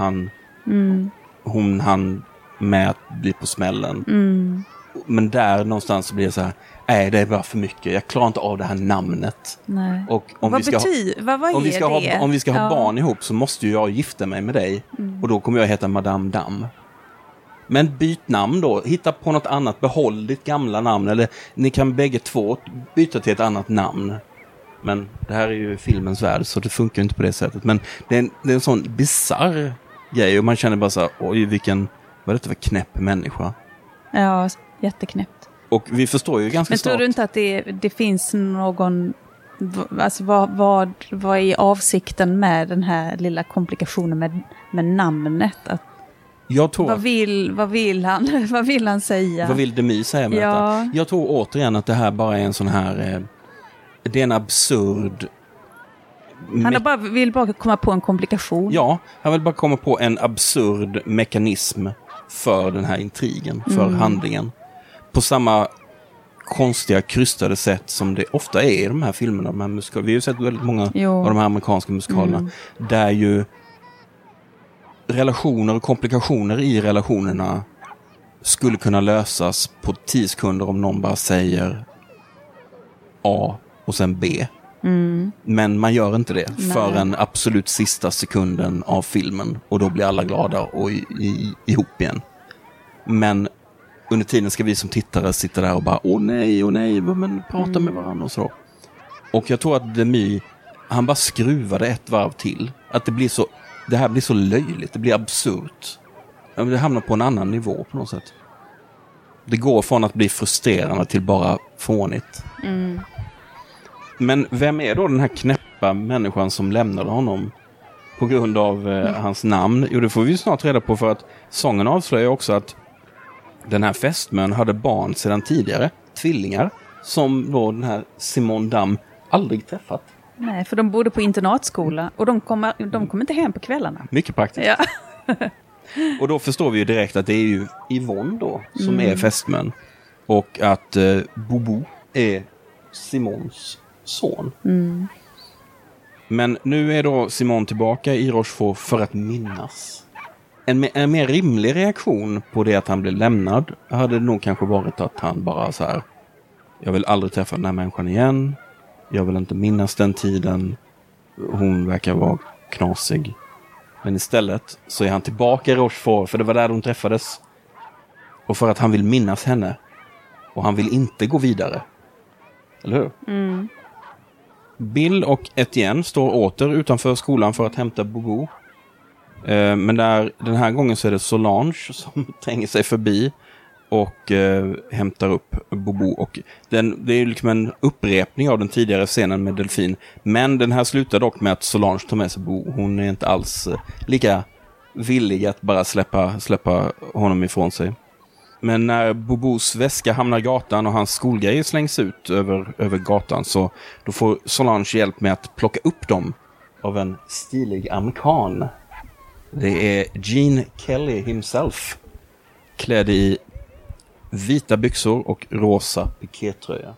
hon hann med att bli på smällen. Men där någonstans så blir det så här, nej, det är bara för mycket. Jag klarar inte av det här namnet.
Nej.
Och om vi ska ha barn ihop så måste ju jag gifta mig med dig. Och då kommer jag heta Madame Dam. Men byt namn då. Hitta på något annat. Behåll ditt gamla namn. Eller ni kan bägge två byta till ett annat namn. Men det här är ju filmens värld så det funkar inte på det sättet. Men det är en sån bizarr grej. Och man känner bara så här, oj, vad är det för knäpp människa?
Ja, jätteknäppt.
Och vi förstår ju ganska
snart. Men tror du inte att det finns någon... Alltså vad är avsikten med den här lilla komplikationen med namnet?
Jag tror
vad vill han säga?
Vad vill Demy säga med detta? Jag tror återigen att det här bara är en sån här... det är en absurd...
Han vill bara komma på en komplikation.
Ja, han vill bara komma på en absurd mekanism för den här intrigen, för handlingen. På samma konstiga, krystade sätt som det ofta är i de här filmerna. De här vi har ju sett väldigt många av de här amerikanska musikalerna. Där ju relationer och komplikationer i relationerna skulle kunna lösas på 10 sekunder om någon bara säger A och sen B. Men man gör inte det förrän absolut sista sekunden av filmen. Och då blir alla glada och ihop igen. Men under tiden ska vi som tittare sitta där och bara åh nej, men prata med varandra och så. Och jag tror att Demy, han bara skruvade ett varv till. Att det här blir så löjligt, det blir absurt. Det hamnar på en annan nivå på något sätt. Det går från att bli frustrerande till bara fånigt. Men vem är då den här knäppa människan som lämnade honom på grund av hans namn? Jo, det får vi ju snart reda på, för att sången avslöjar också att den här fästmön hade barn sedan tidigare, tvillingar, som då den här Simone Dam aldrig träffat.
Nej, för de bodde på internatskola och de kom inte hem på kvällarna.
Mycket praktiskt. Ja. Och då förstår vi ju direkt att det är ju Yvonne då som är fästmön. Och att Bobo är Simons son. Men nu är då Simon tillbaka i Rochefort för att minnas. En mer rimlig reaktion på det att han blev lämnad hade nog kanske varit att han bara så här: jag vill aldrig träffa den här människan igen. Jag vill inte minnas den tiden. Hon verkar vara knasig. Men istället så är han tillbaka i Rochefort, för det var där de träffades. Och för att han vill minnas henne. Och han vill inte gå vidare. Eller hur? Bill och Etienne står åter utanför skolan för att hämta Bobo. Men den här gången så är det Solange som tränger sig förbi och hämtar upp Bobo. Och det är liksom en upprepning av den tidigare scenen med Delfin. Men den här slutar dock med att Solange tar med sig Bobo. Hon är inte alls lika villig att bara släppa honom ifrån sig. Men när Bobos väska hamnar i gatan och hans skolgrejer slängs ut över gatan, så då får Solange hjälp med att plocka upp dem av en stilig amerikan. Det är Gene Kelly himself, klädd i vita byxor och rosa pikétröja.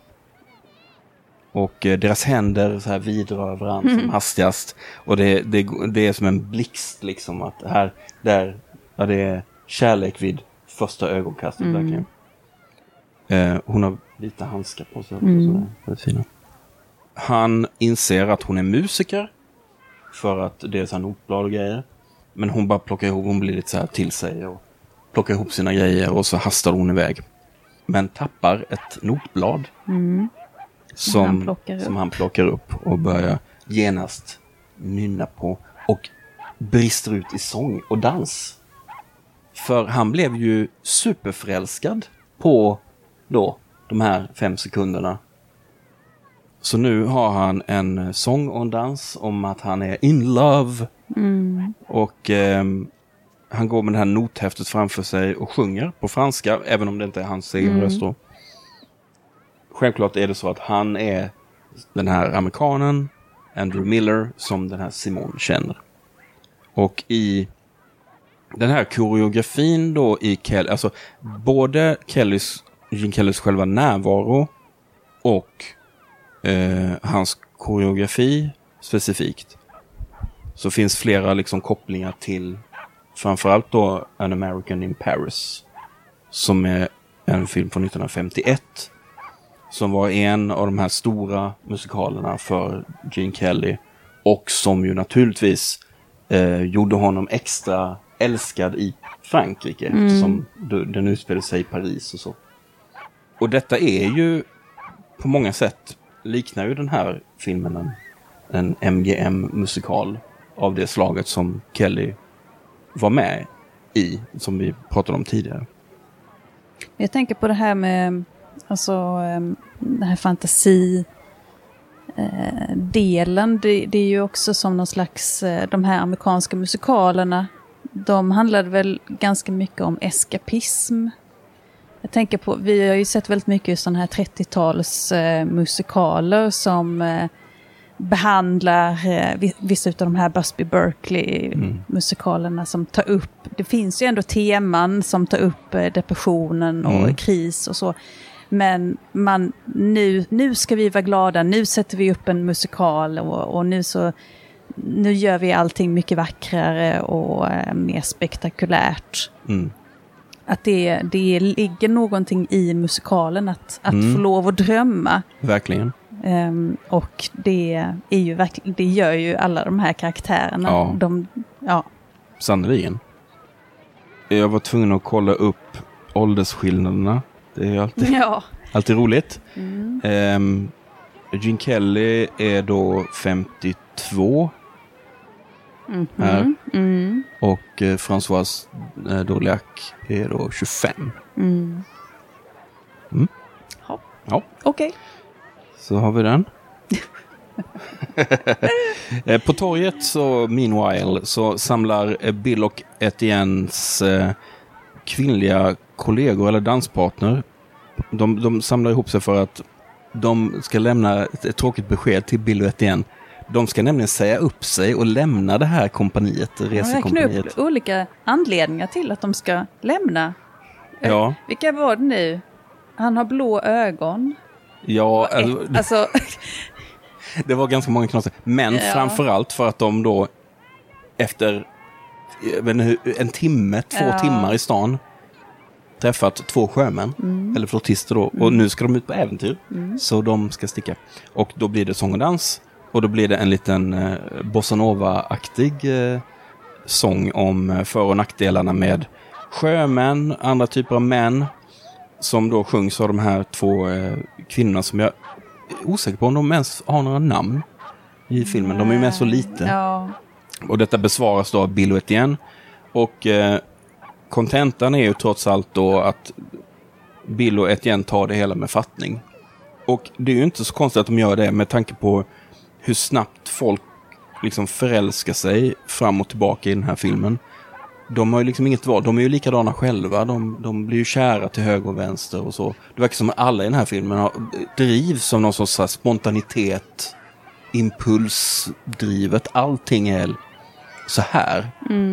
Och deras händer så här vidrör varandra som hastigast. Och det är som en blixt liksom, att det är kärlek vid första ögonkastet verkligen. Hon har vita handskar på sig också, så fina. Han inser att hon är musiker för att det är så här notblad och grejer. Men hon bara plockar ihop, hon blir lite så här till sig och plockar ihop sina grejer och så hastar hon iväg. Men tappar ett notblad som han plockar upp och börjar genast nynna på och brister ut i sång och dans. För han blev ju superförälskad på då de här 5 sekunderna. Så nu har han en sång och en dans om att han är in love. Och han går med det här nothäftet framför sig och sjunger på franska, även om det inte är hans egen röst då. Självklart är det så att han är den här amerikanen, Andrew Miller, som den här Simone känner. Och i den här koreografin då i Kelly, alltså både Gene Kellys själva närvaro och hans koreografi specifikt, så finns flera liksom kopplingar till framförallt då An American in Paris, som är en film från 1951 som var en av de här stora musikalerna för Gene Kelly och som ju naturligtvis gjorde honom extra älskad i Frankrike eftersom den utspelade sig i Paris och så. Och detta är ju på många sätt liknar ju den här filmen en MGM-musikal av det slaget som Kelly var med i, som vi pratade om tidigare.
Jag tänker på det här med alltså den här fantasidelen. Det är ju också som någon slags de här amerikanska musikalerna. De handlade väl ganska mycket om eskapism. Jag tänker på, vi har ju sett väldigt mycket sådana här 30-tals musikaler som behandlar vissa av de här Busby Berkeley-musikalerna som tar upp, det finns ju ändå teman som tar upp depressionen och kris och så. Men nu ska vi vara glada, nu sätter vi upp en musikal och nu gör vi allting mycket vackrare och mer spektakulärt. Att det ligger någonting i musikalen att få lov att drömma.
Verkligen.
Och det är ju verkligen, det gör ju alla de här karaktärerna.
Ja. Sannoliken. Jag var tvungen att kolla upp åldersskillnaderna. Det är alltid roligt. Gene Kelly är då 52 här. Och Françoise Dorléac är då 25. Ja.
Okej.
Så har vi den. På torget så meanwhile så samlar Bill och Etiennes kvinnliga kollegor eller danspartner. De samlar ihop sig för att de ska lämna ett tråkigt besked till Bill och Etienne. De ska nämligen säga upp sig och lämna det här kompaniet, resekompaniet.
Jag upp olika anledningar till att de ska lämna.
Ja.
Vilka var det nu? Han har blå ögon.
Ja,
alltså
det var ganska många knasar. Men framförallt för att de då efter en timme, 2 timmar i stan träffat 2 sjömän, eller flottister då, och nu ska de ut på äventyr, så de ska sticka. Och då blir det sång och dans, och då blir det en liten bossanova-aktig sång om för- och nackdelarna med sjömän, andra typer av män, som då sjungs av de här 2 kvinnorna som jag är osäker på om de ens har några namn i filmen. De är ju med så lite.
Ja.
Och detta besvaras då av Bill och Etienne. Och kontentan är ju trots allt då att Bill och Etienne tar det hela med fattning. Och det är ju inte så konstigt att de gör det med tanke på hur snabbt folk liksom förälskar sig fram och tillbaka i den här filmen. De har ju liksom inget val. De är ju likadana själva. De blir ju kära till höger och vänster och så. Det verkar som att alla i den här filmen drivs av någon sorts spontanitet, impulsdrivet. Allting är så här.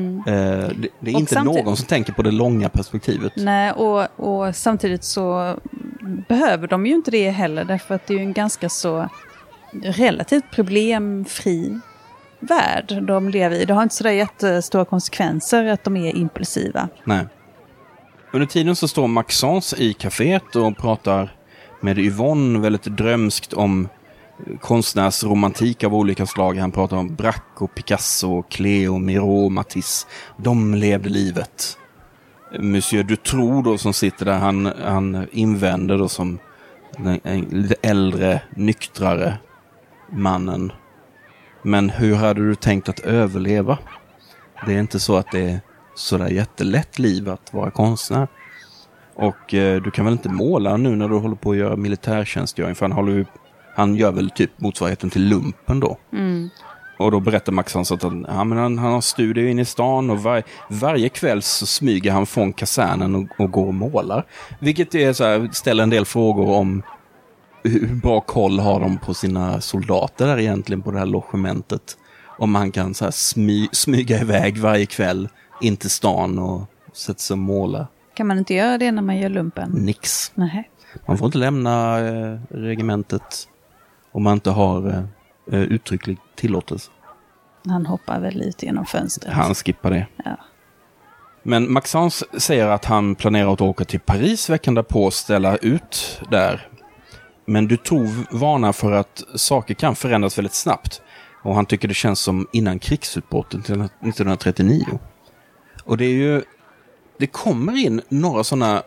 Det är inte någon som tänker på det långa perspektivet.
Nej, och samtidigt så behöver de ju inte det heller, därför att det är ju en ganska så relativt problemfri värld de lever i. Det har inte så där jättestora konsekvenser att de är impulsiva.
Nej. Under tiden så står Maxence i kaféet och pratar med Yvonne väldigt drömskt om konstnärsromantik av olika slag. Han pratar om Braque och Picasso, Cleo, Miro, Matisse. De levde livet. Monsieur Dutroux då, som sitter där, han invänder då som en lite äldre, nyktrare mannen. Men hur hade du tänkt att överleva? Det är inte så att det är sådär jättelätt liv att vara konstnär. Och du kan väl inte måla nu när du håller på att göra militärtjänstgöring, för han gör väl typ motsvarigheten till lumpen då. Och då berättar Maxence att han har studier inne i stan och varje kväll så smyger han från kasernen och går och målar. Vilket är så här, ställer en del frågor om hur bra koll har de på sina soldater där egentligen på det här logementet. Om man kan så här smyga iväg varje kväll in till stan och sätta sig och måla.
Kan man inte göra det när man gör lumpen?
Nix.
Nej.
Man får inte lämna regementet om man inte har uttrycklig tillåtelse.
Han hoppar väl ut genom fönstret.
Han skippar det.
Ja.
Men Maxence säger att han planerar att åka till Paris veckan därpå och ställa ut där. Men Dutroux varnar för att saker kan förändras väldigt snabbt. Och han tycker det känns som innan krigsutbrottet till 1939. Och det kommer in några sådana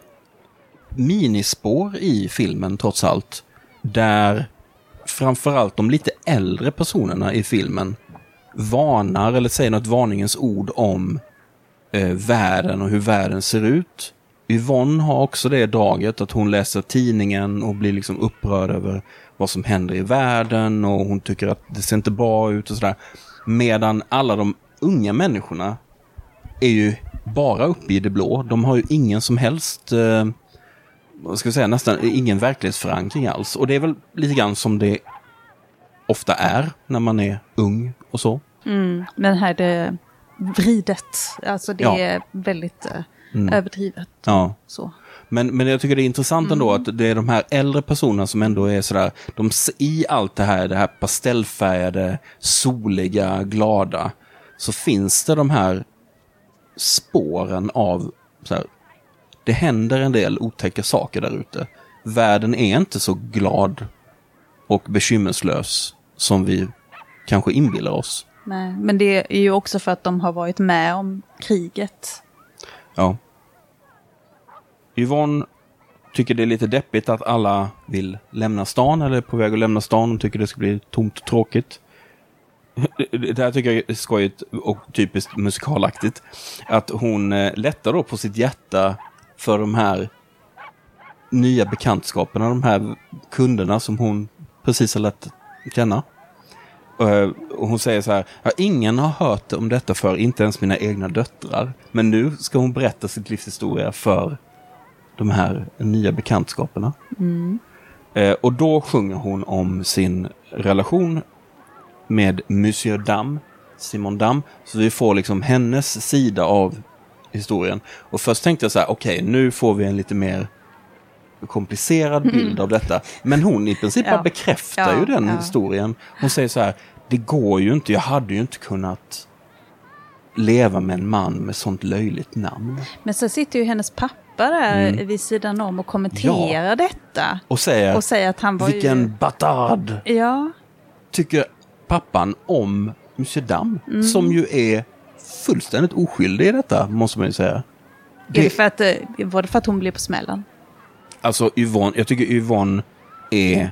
minispår i filmen trots allt. Där framförallt de lite äldre personerna i filmen varnar eller säger något varningens ord om världen och hur världen ser ut. Yvonne har också det draget att hon läser tidningen och blir liksom upprörd över vad som händer i världen och hon tycker att det ser inte bra ut och sådär. Medan alla de unga människorna är ju bara uppe i det blå. De har ju ingen som helst vad ska jag säga, nästan ingen verklighetsförankring alls. Och det är väl lite grann som det ofta är när man är ung och så.
Men här är det vridet. Alltså det är väldigt överdrivet.
Ja.
Så.
Men jag tycker det är intressant ändå att det är de här äldre personerna som ändå är sådär, i allt det här pastellfärgade, soliga, glada, så finns det de här spåren av såhär, det händer en del otäcka saker där ute. Världen är inte så glad och bekymmerslös som vi kanske inbillar oss.
Nej, men det är ju också för att de har varit med om kriget.
Ja. Yvonne tycker det är lite deppigt att alla vill lämna stan eller är på väg att lämna stan. De tycker det ska bli tomt och tråkigt. Det här tycker jag är skojigt och typiskt musikalaktigt. Att hon lättar då på sitt hjärta för de här nya bekantskaperna, de här kunderna som hon precis har lärt känna. Och hon säger så här: ingen har hört om detta för, inte ens mina egna döttrar. Men nu ska hon berätta sitt livshistoria för de här nya bekantskaperna. Och då sjunger hon om sin relation med Monsieur Dame, Simon Dame. Så vi får liksom hennes sida av historien. Och först tänkte jag så här: okej, nu får vi en lite mer komplicerad bild av detta. Men hon i princip bara bekräftar ju den historien. Hon säger så här: det går ju inte, jag hade ju inte kunnat leva med en man med sånt löjligt namn.
Men så sitter ju hennes pappa där vid sidan om och kommenterar detta.
Och säger
att han var
vilken batard!
Ja.
Tycker pappan om Monsieur Dame, som ju är fullständigt oskyldig i detta, måste man ju säga.
Var det för att hon blev på smällen?
Alltså Yvonne, jag tycker Yvonne är...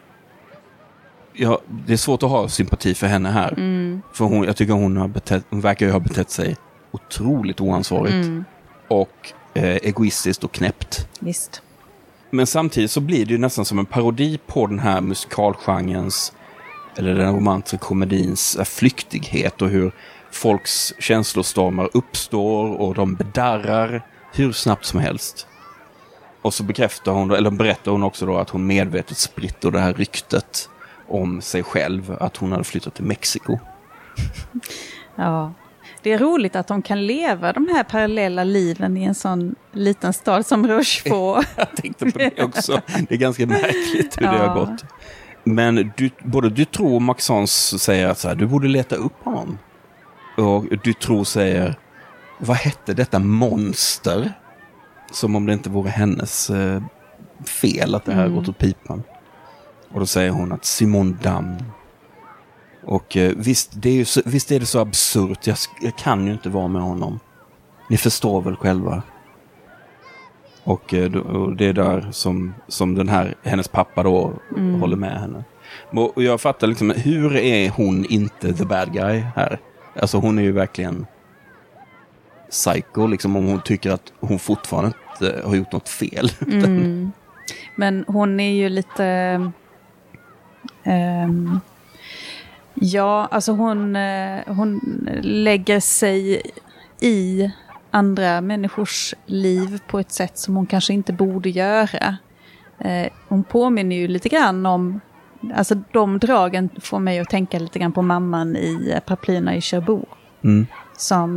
Ja, det är svårt att ha sympati för henne här. För jag tycker hon verkar ju ha betett sig otroligt oansvarigt. Och egoistiskt och knäppt.
Visst.
Men samtidigt så blir det ju nästan som en parodi på den här musikalgenrens, eller den romantiska komedins flyktighet och hur folks känslostormar uppstår och de bedarrar hur snabbt som helst. Och så berättar hon också då att hon medvetet spritter det här ryktet om sig själv, att hon hade flyttat till Mexiko.
Ja, det är roligt att de kan leva de här parallella liven i en sån liten stad som Rochefort.
Jag tänkte på det också. Det är ganska märkligt hur det har gått. Men både Dutroux och Maxence säger att så här, du borde leta upp honom. Och Dutroux säger: vad hette detta monster? Som om det inte vore hennes fel att det här gått åt pipan. Och då säger hon att Simon Dame. Och visst är det så absurt. Jag kan ju inte vara med honom. Ni förstår väl själva. Och det är där som den här, hennes pappa då håller med henne. Och jag fattar liksom, hur är hon inte the bad guy här? Alltså hon är ju verkligen psycho liksom, om hon tycker att hon fortfarande inte har gjort något fel.
Men hon är ju lite... ja, alltså hon lägger sig i andra människors liv på ett sätt som hon kanske inte borde göra. Hon påminner ju lite grann om, alltså de dragen får mig att tänka lite grann på mamman i Paraplyerna i Cherbourg. Som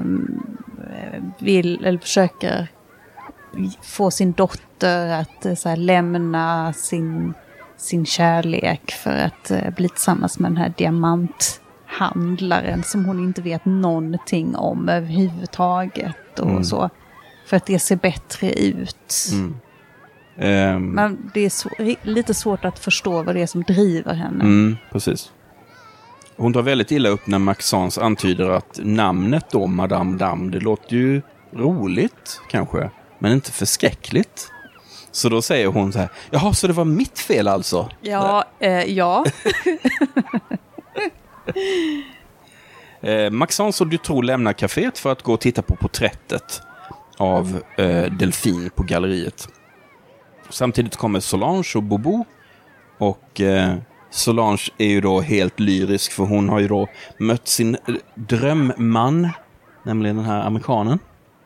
vill eller försöker få sin dotter att så här, lämna sin kärlek för att bli tillsammans med den här handlaren som hon inte vet någonting om överhuvudtaget och så. För att det ser bättre ut. Men det är lite svårt att förstå vad det är som driver henne.
Precis. Hon drar väldigt illa upp när Maxence antyder att namnet då, Madame Dam, det låter ju roligt kanske, men inte förskräckligt. Så då säger hon så här, jaha, så det var mitt fel alltså?
Ja, ja.
Maxence och Dutroux lämnar kaféet för att gå och titta på porträttet av Delphine på galleriet. Samtidigt kommer Solange och Bobo, och Solange är ju då helt lyrisk, för hon har ju då mött sin drömman, nämligen den här amerikanen.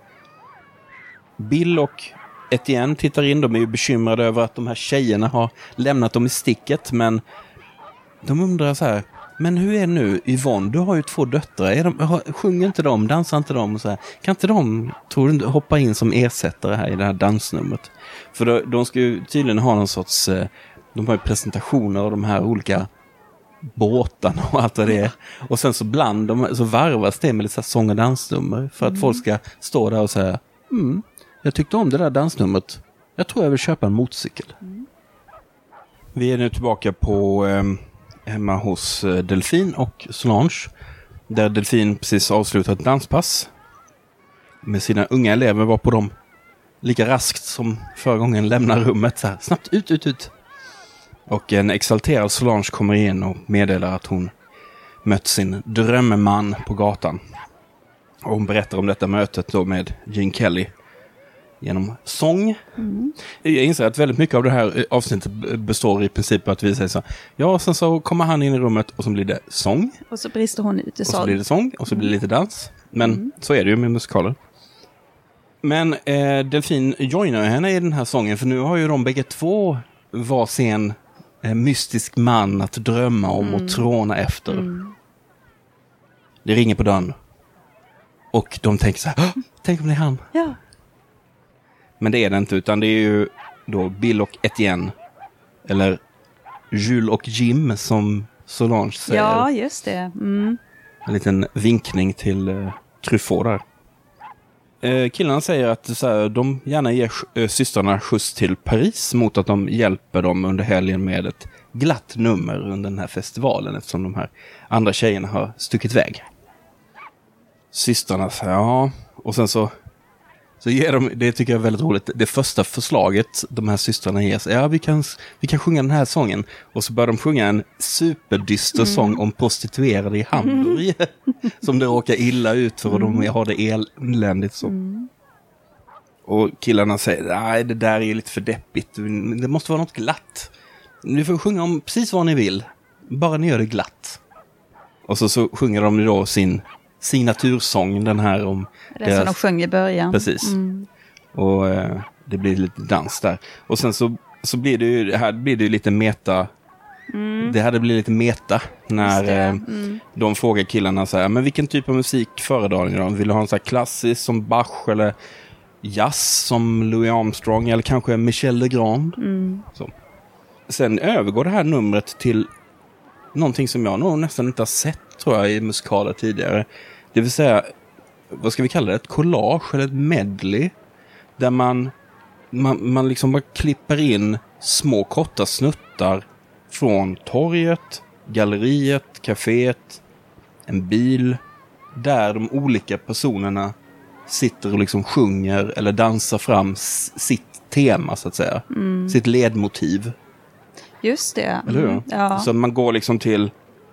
Bill och Etienne tittar in, de är ju bekymrade över att de här tjejerna har lämnat dem i sticket, men de undrar så här, men hur är det nu, Yvonne, du har ju 2 döttrar, sjunger inte de, dansar inte de, så här, kan inte de, tror du, hoppa in som ersättare här i det här dansnumret? För de ska ju tydligen ha någon sorts, de har ju presentationer av de här olika båtarna och allt vad det är, och sen så bland dem så varvas det med lite sång- och dansnummer för att folk ska stå där och säga, jag tyckte om det där dansnumret, jag tror jag vill köpa en motorcykel. Vi är nu tillbaka på hemma hos Delphine och Solange, där Delphine precis avslutat ett danspass med sina unga elever, var på dem lika raskt som förra gången lämnar rummet, så här, snabbt ut. Och en exalterad Solange kommer in och meddelar att hon mött sin drömman på gatan. Och hon berättar om detta mötet då med Gene Kelly genom sång. Jag inser att väldigt mycket av det här avsnittet består i princip att vi säger så. Ja, sen så kommer han in i rummet och så blir det sång.
Och så brister hon ut i sång.
Och så blir det sång och så blir det lite dans. Men så är det ju med musikaler. Men Delphine joinar henne i den här sången, för nu har ju de bägge två varsin mystisk man att drömma om och tråna efter. Det ringer på dörren. Och de tänker så här, tänk om det är han.
Ja.
Men det är det inte, utan det är ju då Bill och Etienne. Eller Jules och Jim, som Solange säger.
Ja, just det.
En liten vinkning till Truffaut där. Killarna säger att så här, de gärna ger systrarna skjuts till Paris mot att de hjälper dem under helgen med ett glatt nummer under den här festivalen, eftersom de här andra tjejerna har stuckit iväg. Systrarna säger ja, och sen så ger de, det tycker jag är väldigt roligt, det första förslaget de här systrarna ger sig, ja vi kan sjunga den här sången, och så börjar de sjunga en superdyster sång om prostituerade i Hamburg som det råkar illa ut för, och de har det eländigt så. Och killarna säger, nej det där är lite för deppigt, det måste vara något glatt, ni får sjunga om precis vad ni vill, bara ni gör det glatt. Och så sjunger de då sin signatursång, den här om
det som de sjöng i början.
Precis. Och det blir lite dans där. Och sen så blir det ju, här blir det ju lite meta. Det hade blivit lite meta när de frågar killarna så här, men vilken typ av musik föredrar ni då? Vill du ha en så här klassisk som Bach, eller jazz som Louis Armstrong, eller kanske Michel Legrand? Så. Sen övergår det här numret till någonting som jag nog nästan inte har sett, tror jag, i musikaler tidigare. Det vill säga, vad ska vi kalla det? Ett collage eller ett medley. Där man liksom bara klipper in små korta snuttar från torget, galleriet, kaféet, en bil. Där de olika personerna sitter och liksom sjunger eller dansar fram sitt tema, så att säga. Sitt ledmotiv.
Just det.
Eller hur?
Ja.
Så man går liksom till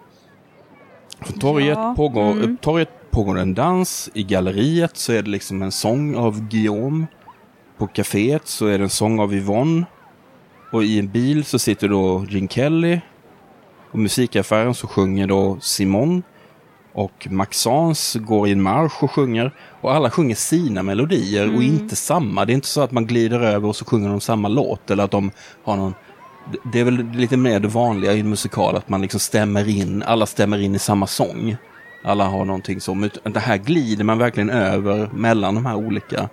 torget, torget pågår en dans, i galleriet så är det liksom en sång av Guillaume, på kaféet så är det en sång av Yvonne, och i en bil så sitter då Gene Kelly, och musikaffären så sjunger då Simon, och Maxence går i en marsch och sjunger, och alla sjunger sina melodier och inte samma. Det är inte så att man glider över och så sjunger de samma låt, eller att de har någon. Det är väl lite mer det vanliga i en musikal, att man liksom alla stämmer in i samma sång. Alla har någonting som, det här glider man verkligen över mellan de här olika.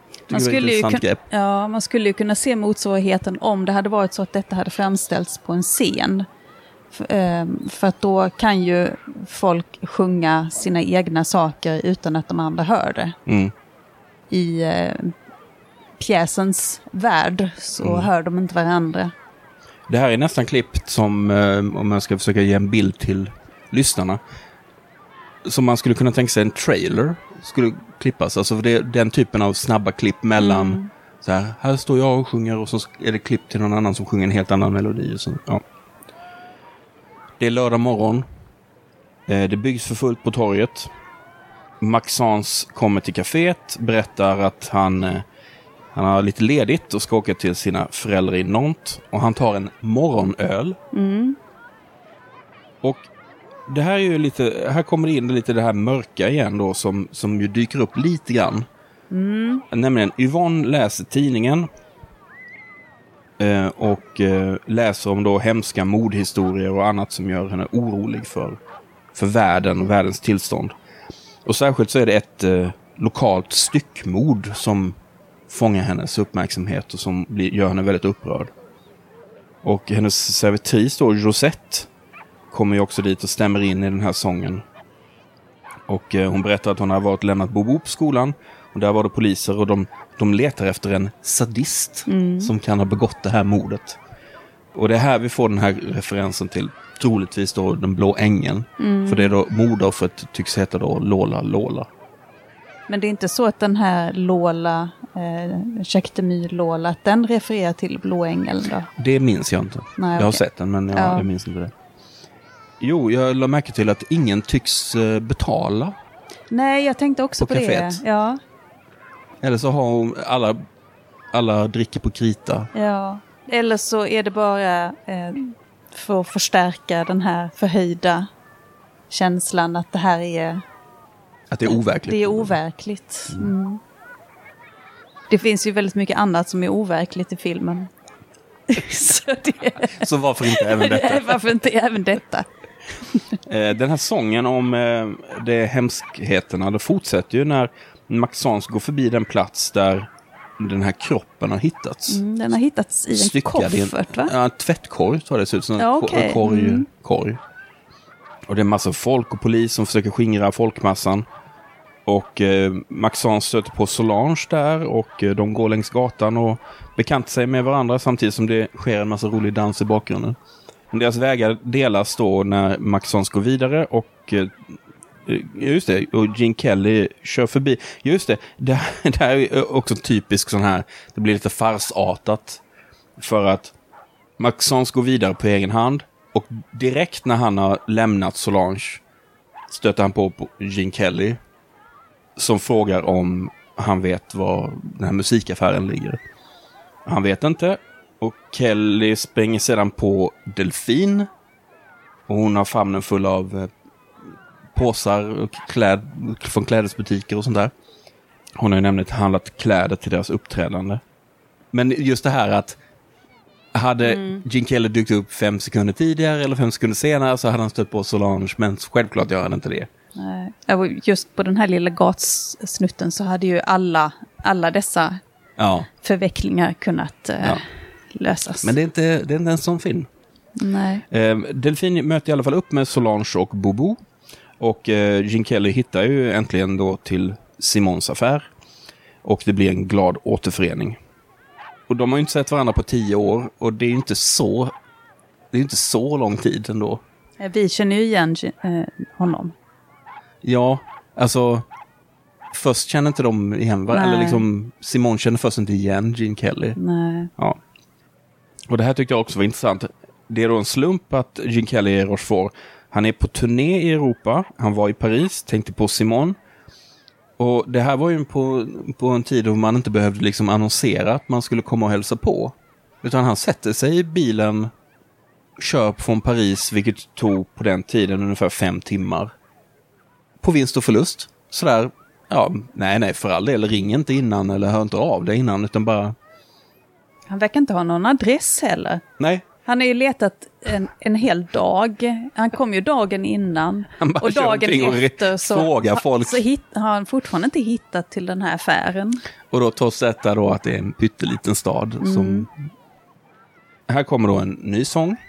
Man skulle ju kunna se motsvarigheten om det hade varit så att detta hade framställts på en scen. För att då kan ju folk sjunga sina egna saker utan att de andra hör det. I pjäsens värld så hör de inte varandra.
Det här är nästan klippt som, om jag ska försöka ge en bild till lyssnarna, som man skulle kunna tänka sig en trailer skulle klippas. Alltså för det är den typen av snabba klipp mellan så här står jag och sjunger och så är det klipp till någon annan som sjunger en helt annan melodi. Och så, ja. Det är lördag morgon. Det byggs för fullt på torget. Maxence kommer till kaféet, berättar att han har lite ledigt och ska åka till sina föräldrar i Nantes. Och han tar en morgonöl. Och det här är ju lite, här kommer det in lite det här mörka igen då som ju dyker upp lite grann. Nämligen Yvonne läser tidningen och läser om då hemska mordhistorier och annat som gör henne orolig för världen och världens tillstånd. Och särskilt så är det ett lokalt styckmord som fångar hennes uppmärksamhet och som gör henne väldigt upprörd. Och hennes servitris då, Josette, kommer ju också dit och stämmer in i den här sången. Och hon berättar att hon har varit och lämnat Bobo på skolan. Och där var det poliser och de letar efter en sadist som kan ha begått det här mordet. Och det är här vi får den här referensen till troligtvis då den blå ängeln. För det är då mordoffret tycks heta då Lola.
Men det är inte så att den här Lola, Chektemy Lola, att den refererar till blå ängeln då?
Det minns jag inte.
Nej,
jag har sett den men jag minns inte det. Jo, jag la märke till att ingen tycks betala.
Nej, jag tänkte också på
kaféet.
Det. Ja.
Eller så har hon alla dricker på krita.
Ja, eller så är det bara för att förstärka den här förhöjda känslan att det här är...
Att det är overkligt.
Det är overkligt. Det finns ju väldigt mycket annat som är overkligt i filmen.
Så varför inte även detta?
Varför inte även detta?
Den här sången om de hemskheterna, det fortsätter ju när Maxence går förbi den plats där den här kroppen har hittats.
Den har hittats i en koffert, va?
Ja, tvättkorg tar det ut som korg. Och det är massa folk och polis som försöker skingra folkmassan. Och Maxence stöter på Solange där och de går längs gatan och bekantar sig med varandra samtidigt som det sker en massa rolig dans i bakgrunden. Men deras vägar delas då när Maxence går vidare och just det, och Gene Kelly kör förbi. Just det här är också typiskt sån här, det blir lite farsartat för att Maxence går vidare på egen hand och direkt när han har lämnat Solange stöter han på Gene Kelly som frågar om han vet var den här musikaffären ligger. Han vet inte. Och Kelly springer sedan på Delfin. Och hon har famnen full av påsar och från klädesbutiker och sånt där. Hon har ju nämligen handlat kläder till deras uppträdande. Men just det här att hade Gene Kelly dykt upp 5 sekunder tidigare eller 5 sekunder senare så hade han stött på Solange. Men självklart gör han inte det.
Nej. Just på den här lilla gatsnutten så hade ju alla dessa förvecklingar kunnat lösas.
Men det är inte en sån film.
Nej.
Delfin möter i alla fall upp med Solange och Bobo. Och Gene Kelly hittar ju äntligen då till Simons affär. Och det blir en glad återförening. Och de har ju inte sett varandra på 10 år. Och det är ju inte så lång tid ändå.
Vi känner ju igen honom.
Ja, alltså först känner inte de igen varandra. Eller liksom Simon känner först inte igen Gene Kelly.
Nej.
Ja. Och det här tyckte jag också var intressant. Det är då en slump att Gene Kelly är Rochefort. Han är på turné i Europa. Han var i Paris, tänkte på Simon. Och det här var ju på en tid då man inte behövde liksom annonsera att man skulle komma och hälsa på. Utan han sätter sig i bilen, kör från Paris, vilket tog på den tiden ungefär 5 timmar. På vinst och förlust. Sådär, nej, för all del, ring inte innan eller hör inte av det innan, utan bara...
Han verkar inte ha någon adress heller.
Nej.
Han har ju letat en hel dag. Han kom ju dagen innan. Och dagen efter så har han fortfarande inte hittat till den här affären.
Och då trots detta då att det är en pytteliten stad. Som... Här kommer då en ny sång.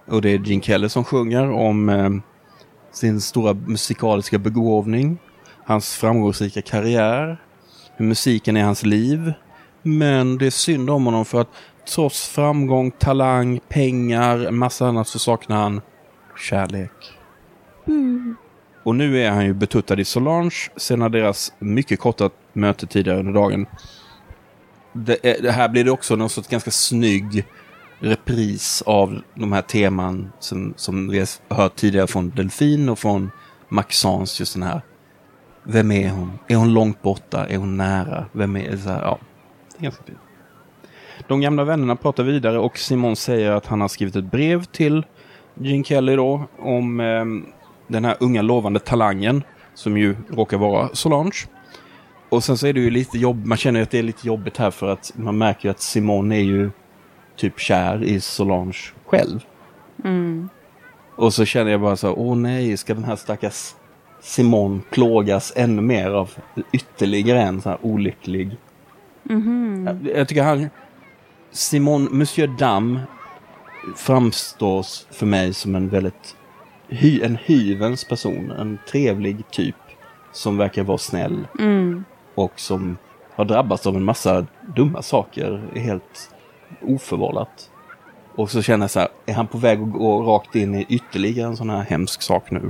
Och det är Gene Kelly som sjunger om sin stora musikaliska begåvning, hans framgångsrika karriär, hur musiken är hans liv. Men det är synd om honom för att trots framgång, talang, pengar, en massa annat så saknar han kärlek. Och nu är han ju betuttad i Solange sedan deras mycket korta möte tidigare under dagen. Det här blir det också någon sorts ganska snygg repris av de här teman som vi har hört tidigare från Delfin och från Maxence, just den här. Vem är hon? Är hon långt borta? Är hon nära? Vem är så här? Ja, det är ganska fint. De gamla vännerna pratar vidare och Simon säger att han har skrivit ett brev till Gene Kelly då om den här unga lovande talangen som ju råkar vara Solange. Och sen så är det ju lite jobb, man känner att det är lite jobbigt här för att man märker att Simon är ju typ kär i Solange själv. Och så känner jag bara så, åh nej, ska den här stackars Simon plågas ännu mer av ytterligare en så här olycklig. Jag tycker Monsieur Dam framstår för mig som en väldigt en hyvens person, en trevlig typ som verkar vara snäll och som har drabbats av en massa dumma saker helt oförvållat. Och så känner jag så här, är han på väg att gå rakt in i ytterligare en sån här hemsk sak nu?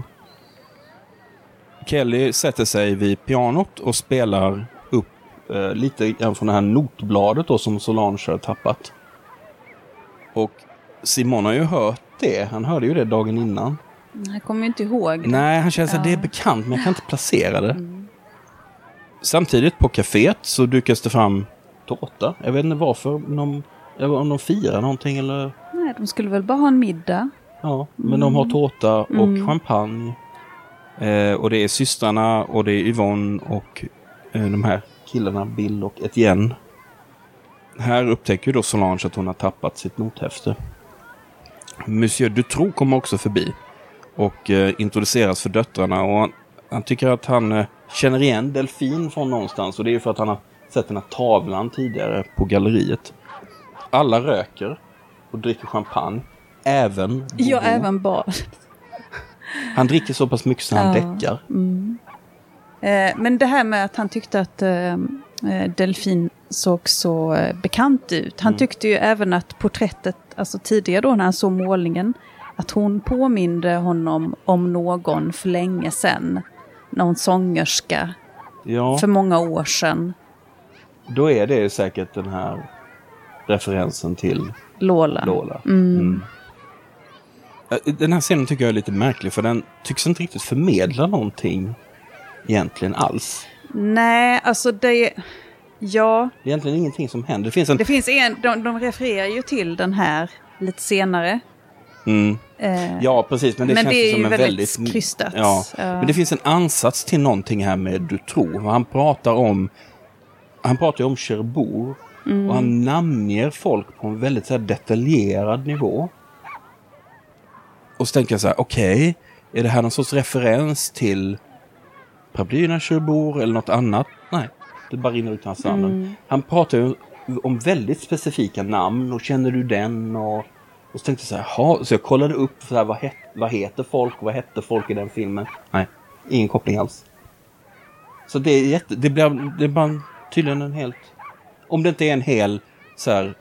Kelly sätter sig vid pianot och spelar upp lite grann från det här notbladet då, som Solange har tappat. Och Simon har ju hört det. Han hörde ju det dagen innan.
Han kommer ju inte ihåg det.
Nej, han känner att det är bekant, men jag kan inte placera det. Samtidigt på kaféet så dykas det fram tårta. Jag vet inte varför. Om de firar någonting eller...
Nej, de skulle väl bara ha en middag.
Ja, men de har tårta och champagne. Och det är systrarna och det är Yvonne och de här killarna Bill och Etienne. Här upptäcker ju då Solange att hon har tappat sitt nothäfte. Monsieur Dutroux kommer också förbi och introduceras för döttrarna, och han tycker att han känner igen Delfin från någonstans, och det är för att han har sett den här tavlan tidigare på galleriet. Alla röker och dricker champagne, även Bobo.
Ja, även Bard.
Han dricker så pass mycket så han däckar.
Men det här med att han tyckte att Delfin såg så bekant ut. Han tyckte ju även att porträttet, alltså tidigare då när han såg målningen, att hon påminde honom om någon för länge sedan. Någon sångerska för många år sedan.
Då är det säkert den här referensen till Lola. Den här scenen tycker jag är lite märklig, för den tycks inte riktigt förmedla någonting egentligen alls.
Nej, alltså det... Ja.
Det är egentligen ingenting som händer.
Det finns de refererar ju till den här lite senare.
Ja, precis. Men det känns
är
som
ju
en väldigt
krystat.
Ja. Men det finns en ansats till någonting här med Dutroux. Han pratar ju om Cherbourg. Och han namnger folk på en väldigt så här detaljerad nivå. Och så tänker jag så här, okej, är det här någon sorts referens till Prablina Cherbourg eller något annat? Nej, det bara rinner ut hans namn. Han pratar ju om väldigt specifika namn, och känner du den? Och så tänkte jag så här, så jag kollade upp så här, vad heter folk och vad hette folk i den filmen? Nej, ingen koppling alls. Så det är bara tydligen en helt, om det inte är en hel så här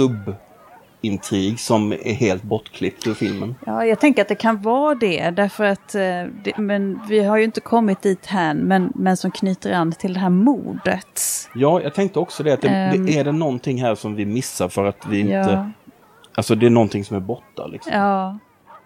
intrig som är helt bortklippt ur filmen.
Ja, jag tänker att det kan vara det, därför att men vi har ju inte kommit dit här, men som knyter an till det här mordet. Ja,
jag tänkte också det, att det är det någonting här som vi missar för att vi inte... Alltså det är någonting som är borta liksom.
Ja.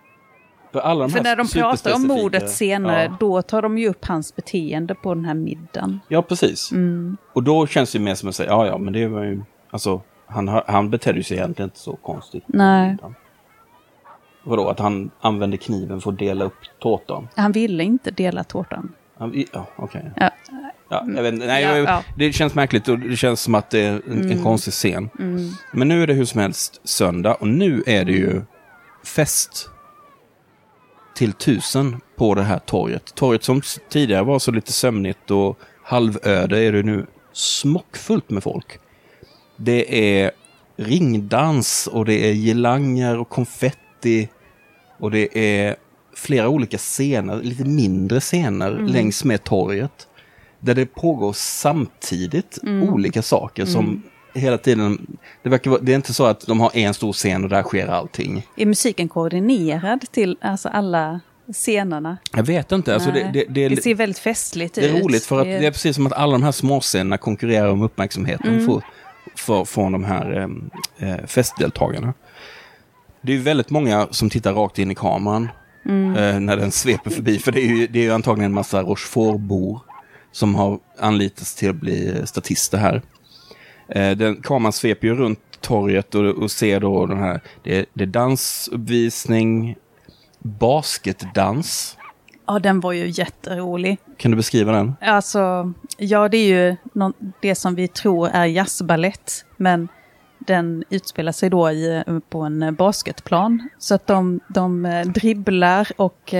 För när de pratar om mordet senare, då tar de ju upp hans beteende på den här middagen.
Ja, precis. Och då känns det ju mer som att säga, ja, men det var ju... Alltså, han betedde sig egentligen inte så konstigt.
Nej.
Vadå? Att han använde kniven för att dela upp tårtan?
Han ville inte dela tårtan.
Okej.
Ja.
Ja, jag vet inte. Nej, det känns märkligt, och det känns som att det är en konstig scen. Men nu är det hur som helst söndag, och nu är det ju fest till 1000 på det här torget. Torget som tidigare var så lite sömnigt och halvöde är det nu smockfullt med folk. Det är ringdans och det är girlanger och konfetti Och det är flera olika scener, lite mindre scener längs med torget. Där det pågår samtidigt olika saker som hela tiden... Det är inte så att de har en stor scen och där sker allting.
Är musiken koordinerad till alltså alla scenerna?
Jag vet inte. Alltså
det ser väldigt festligt ut.
Det är roligt för att det är precis som att alla de här småscenerna konkurrerar om uppmärksamheten från de här festdeltagarna. Det är ju väldigt många som tittar rakt in i kameran när den sveper förbi. För det är ju antagligen en massa Rochefort-bor som har anlitats till att bli statister här. Kameran sveper ju runt torget och ser då den här, det är dansuppvisning, basketdans.
Ja, den var ju jätterolig.
Kan du beskriva den?
Alltså, ja, det är ju det som vi tror är jazzballett, men den utspelar sig då på en basketplan. Så att de dribblar och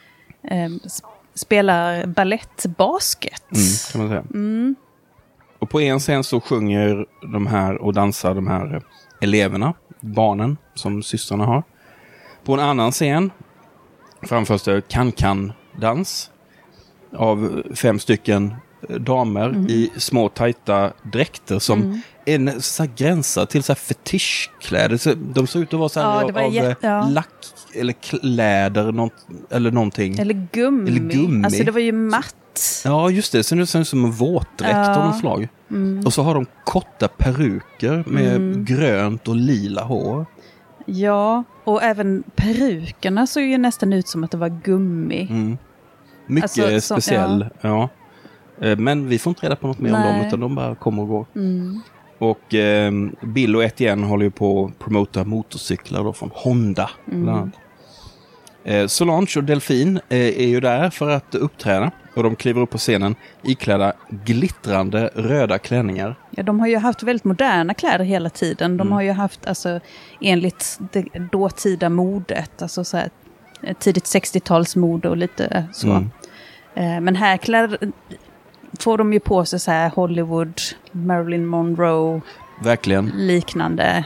spelar ballettbasket.
Kan man säga. Och på en scen så sjunger de här och dansar de här eleverna, barnen som systrarna har. På en annan scen framförs det kan-kan-dans av 5 stycken damer i små tajta dräkter som är så här gränsar till så här fetischkläder. De såg ut att vara så här av lack eller läder eller någonting.
Eller gummi. Alltså det var ju matt.
Ja, just det. Sen är det som en våtdräkt av något slag. Och så har de korta peruker med grönt och lila hår.
Ja, och även perukerna såg ju nästan ut som att det var gummi.
Mycket speciell. Ja. Men vi får inte reda på något mer om dem, utan de bara kommer och går. Och Bill och Etienne håller ju på att promota motorcyklar då från Honda. Bland annat. Solange och Delphine är ju där för att uppträda. Och de kliver upp på scenen iklädda glittrande röda klänningar. Ja,
de har ju haft väldigt moderna kläder hela tiden. De har ju haft, alltså, enligt det dåtida modet, alltså så här, tidigt 60-talsmode och lite så. Men här får de ju på sig så här Hollywood, Marilyn Monroe,
verkligen
liknande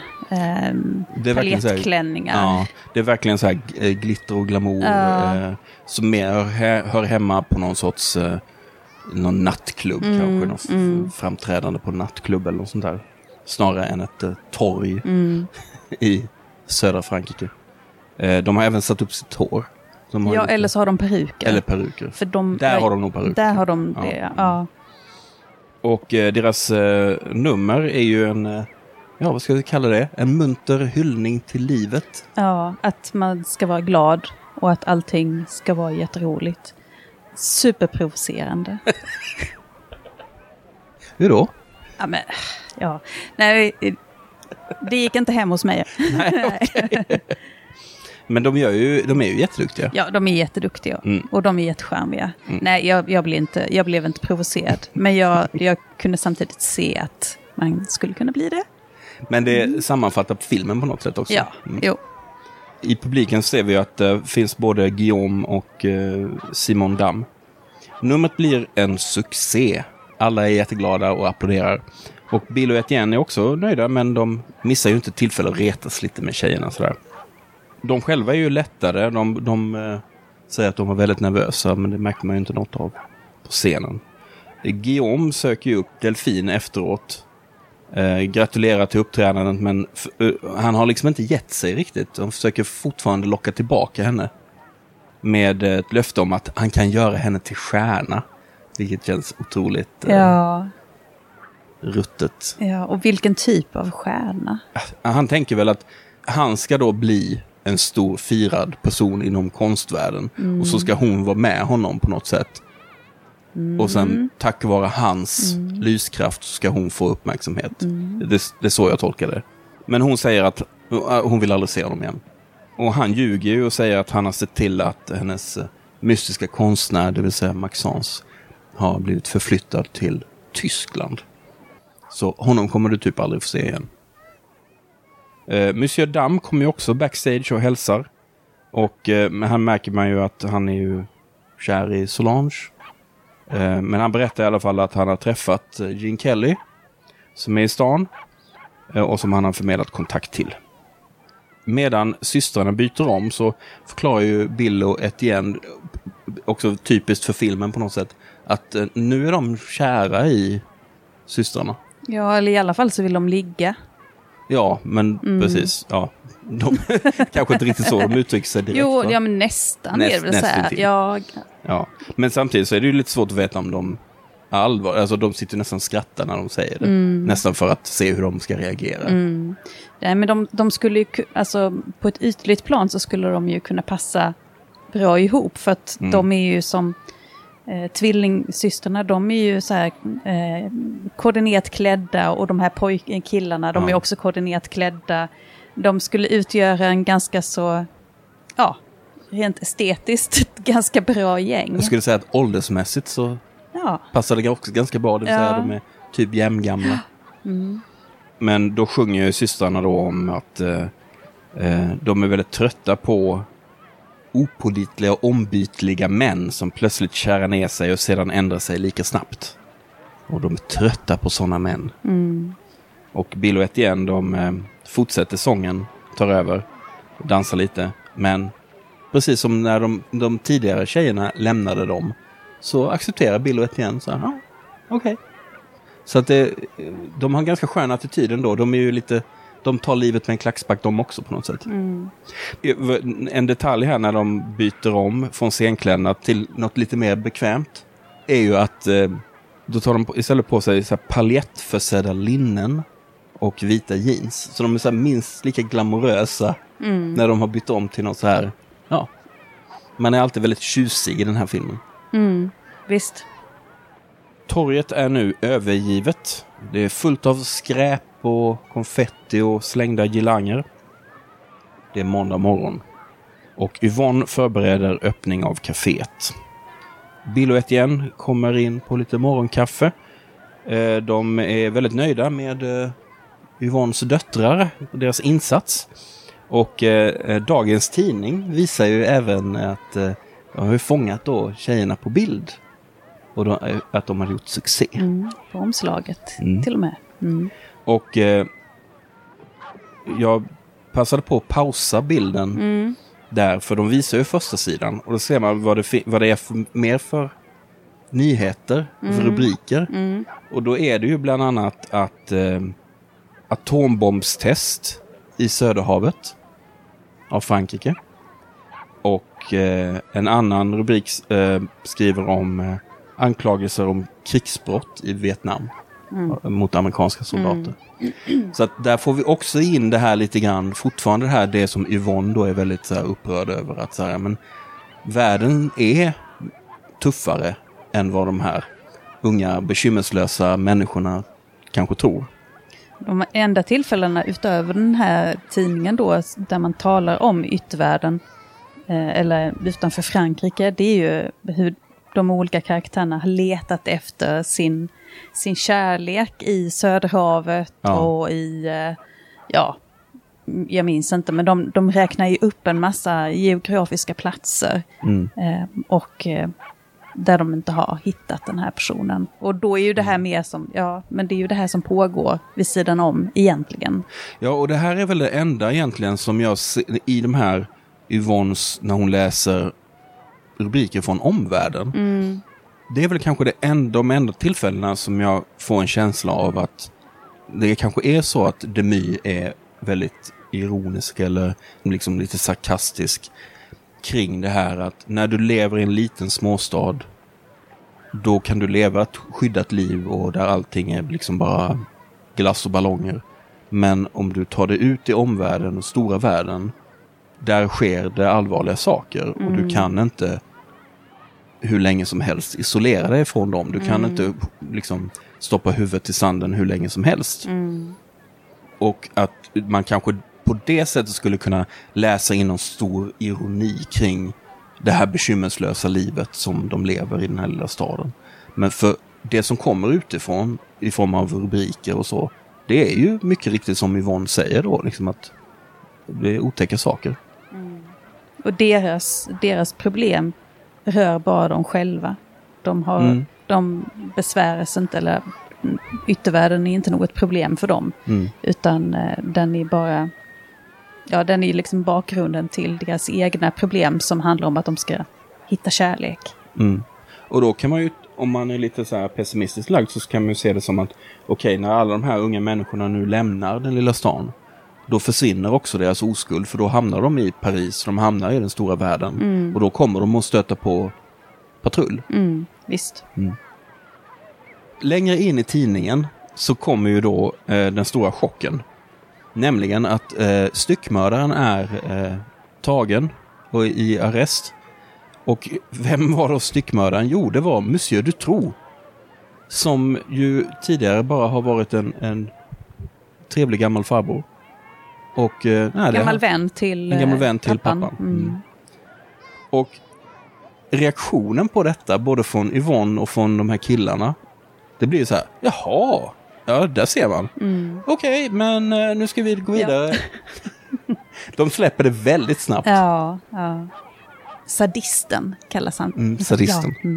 paljettklänningar.
Ja, det är verkligen så här glitter och glamour som mer hör hemma på någon sorts någon nattklubb kanske, någon framträdande på nattklubb eller något sånt där. Snarare än ett torg i södra Frankrike. De har även satt upp sitt hår.
Eller så har de peruker.
Eller peruker.
För
där har de nog peruker.
Där har de det, ja.
Och deras nummer är ju en, vad ska vi kalla det? En munter hyllning till livet.
Ja, att man ska vara glad och att allting ska vara jätteroligt. Superprovocerande.
Hur då?
Ja, men, nej, det gick inte hem hos mig.
Nej, okej. Men de är ju jätteduktiga.
Ja, de är jätteduktiga. Och de är jättecharmiga. Nej, jag blev inte provocerad. Men jag kunde samtidigt se att man skulle kunna bli det.
Men det sammanfattar filmen på något sätt också.
Ja, jo.
I publiken ser vi att det finns både Guillaume och Simon Dam. Numret blir en succé. Alla är jätteglada och applåderar. Och Bill och Etienne är också nöjda, men de missar ju inte tillfälle att retas lite med tjejerna sådär. De själva är ju lättare. De säger att de var väldigt nervösa, men det märker man ju inte något av på scenen. Guillaume söker ju upp Delphine efteråt. Gratulerar till uppträdandet, men han har liksom inte gett sig riktigt. Han försöker fortfarande locka tillbaka henne med ett löfte om att han kan göra henne till stjärna. Vilket känns otroligt ruttet. Ja,
och vilken typ av stjärna?
Han tänker väl att han ska då bli en stor firad person inom konstvärlden. Och så ska hon vara med honom på något sätt. Och sen tack vare hans lyskraft så ska hon få uppmärksamhet. Det är så jag tolkar det. Men hon säger att hon vill aldrig se honom igen. Och han ljuger ju och säger att han har sett till att hennes mystiska konstnär, det vill säga Maxence, har blivit förflyttad till Tyskland. Så honom kommer du typ aldrig få se igen. Monsieur Dam kommer ju också backstage och hälsar. Och här märker man ju att han är ju kär i Solange. Men han berättar i alla fall att han har träffat Gene Kelly som är i stan och som han har förmedlat kontakt till. medan systrarna byter om så förklarar ju Bill och Etienne, också typiskt för filmen på något sätt, att nu är de kära i systrarna.
Ja, eller i alla fall så vill de ligga.
Ja, men precis. Ja. De kanske inte riktigt så de uttrycker sig direkt.
Jo, ja, men nästan är det väl så här.
Ja, men samtidigt så är det ju lite svårt att veta om de allvar. Alltså de sitter nästan och skrattar när de säger det. Nästan för att se hur de ska reagera.
Nej, men de skulle ju, alltså på ett ytligt plan så skulle de ju kunna passa bra ihop. För att de är ju som tvillingsystrarna, de är ju så här koordinerat klädda, och de här killarna, de är också koordinerat klädda. De skulle utgöra en ganska så, rent estetiskt ganska bra gäng.
Jag skulle säga att åldersmässigt så passade det också ganska bra. Det vill säga de är typ jämngamla. Men då sjunger ju systrarna då om att de är väldigt trötta på opålitliga och ombytliga män som plötsligt kärar ner sig och sedan ändrar sig lika snabbt. Och de är trötta på sådana män. Och Bill och Etienne, de fortsätter sången, tar över och dansar lite. Men precis som när de tidigare tjejerna lämnade dem, så accepterar Bill och Etienne så här, okej. Så att de har en ganska skön attityd ändå. De är ju lite, de tar livet med en klackspark de också på något sätt. En detalj här när de byter om från scenkläderna till något lite mer bekvämt är ju att då tar de istället på sig så här paljettförsedda linnen och vita jeans. Så de är så här minst lika glamorösa när de har bytt om till något så här, man är alltid väldigt tjusig i den här filmen.
Visst.
Torget är nu övergivet. Det är fullt av skräp och konfetti och slängda girlanger. Det är måndag morgon. Och Yvonne förbereder öppning av kaféet. Bill och Etienne kommer in på lite morgonkaffe. De är väldigt nöjda med Yvonnes döttrar och deras insats. Och dagens tidning visar ju även att de har fångat då tjejerna på bild. Och att de har gjort succé.
På omslaget till och med.
Och jag passade på att pausa bilden där, för de visar ju första sidan. Och då ser man vad det är mer för nyheter, för rubriker. Och då är det ju bland annat att atombombstest i Söderhavet av Frankrike. Och en annan rubrik skriver om anklagelser om krigsbrott i Vietnam mot amerikanska soldater. Så att där får vi också in det här lite grann, fortfarande det här, det som Yvonne då är väldigt så här upprörd över, att så här, men världen är tuffare än vad de här unga bekymmerslösa människorna kanske tror.
De enda tillfällena utöver den här tidningen då, där man talar om yttervärlden eller utanför Frankrike, det är ju hur de olika karaktärerna har letat efter sin kärlek i Söderhavet och i, jag minns inte, men de räknar ju upp en massa geografiska platser och där de inte har hittat den här personen. Och då är ju det här mer som, men det är ju det här som pågår vid sidan om egentligen. Ja,
och det här är väl det enda egentligen som jag ser i de här Yvonnes, när hon läser rubriker från omvärlden. Det är väl kanske de enda tillfällena som jag får en känsla av att det kanske är så att Demy är väldigt ironisk eller liksom lite sarkastisk kring det här att när du lever i en liten småstad, då kan du leva ett skyddat liv och där allting är liksom bara glass och ballonger. Men om du tar dig ut i omvärlden och stora världen, där sker det allvarliga saker och du kan inte hur länge som helst isolera dig från dem. Du kan inte liksom stoppa huvudet i sanden hur länge som helst. Och att man kanske på det sättet skulle kunna läsa in någon stor ironi kring det här bekymmerslösa livet som de lever i den här lilla staden. Men för det som kommer utifrån i form av rubriker och så, det är ju mycket riktigt som Yvonne säger då, liksom att det är otäcka saker.
Och deras problem rör bara dem själva. De besväras inte, eller yttervärlden är inte något problem för dem. Utan den är bara Ja, den är ju liksom bakgrunden till deras egna problem som handlar om att de ska hitta kärlek.
Mm. Och då kan man ju, om man är lite så här pessimistiskt lagd, så kan man ju se det som att okej, när alla de här unga människorna nu lämnar den lilla stan, då försvinner också deras oskuld, för då hamnar de i Paris, de hamnar i den stora världen. Och då kommer de att stöta på patrull.
Visst.
Längre in i tidningen så kommer ju då den stora chocken. Nämligen att styckmördaren är tagen och i arrest. Och vem var då styckmördaren? Jo, det var Monsieur Dutroux. Som ju tidigare bara har varit en trevlig gammal farbror. Och,
gammal vän till
pappan. Och reaktionen på detta, både från Yvonne och från de här killarna, det blir så här, jaha, ja, där ser man. Okej, men nu ska vi gå vidare. Ja. De släpper det väldigt snabbt.
Ja. Sadisten kallas han.
Sadisten.
Ja.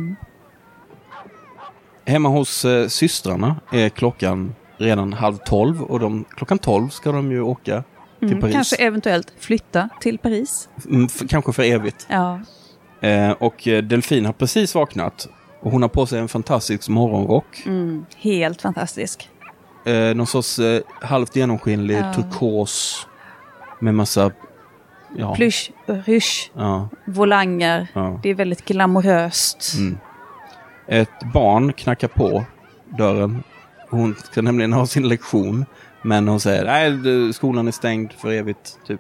Hemma hos systrarna är klockan redan 11:30 och klockan 12 ska de ju åka till Paris.
Kanske eventuellt flytta till Paris.
Kanske för evigt.
Ja.
Och Delphine har precis vaknat och hon har på sig en fantastisk morgonrock.
Helt fantastisk.
Någon sorts halvt genomskinlig turkos med massa
plush, rush, volanger. Ja. Det är väldigt glamoröst.
Ett barn knackar på dörren. Hon ska nämligen ha sin lektion, men hon säger, nej, skolan är stängd för evigt, typ.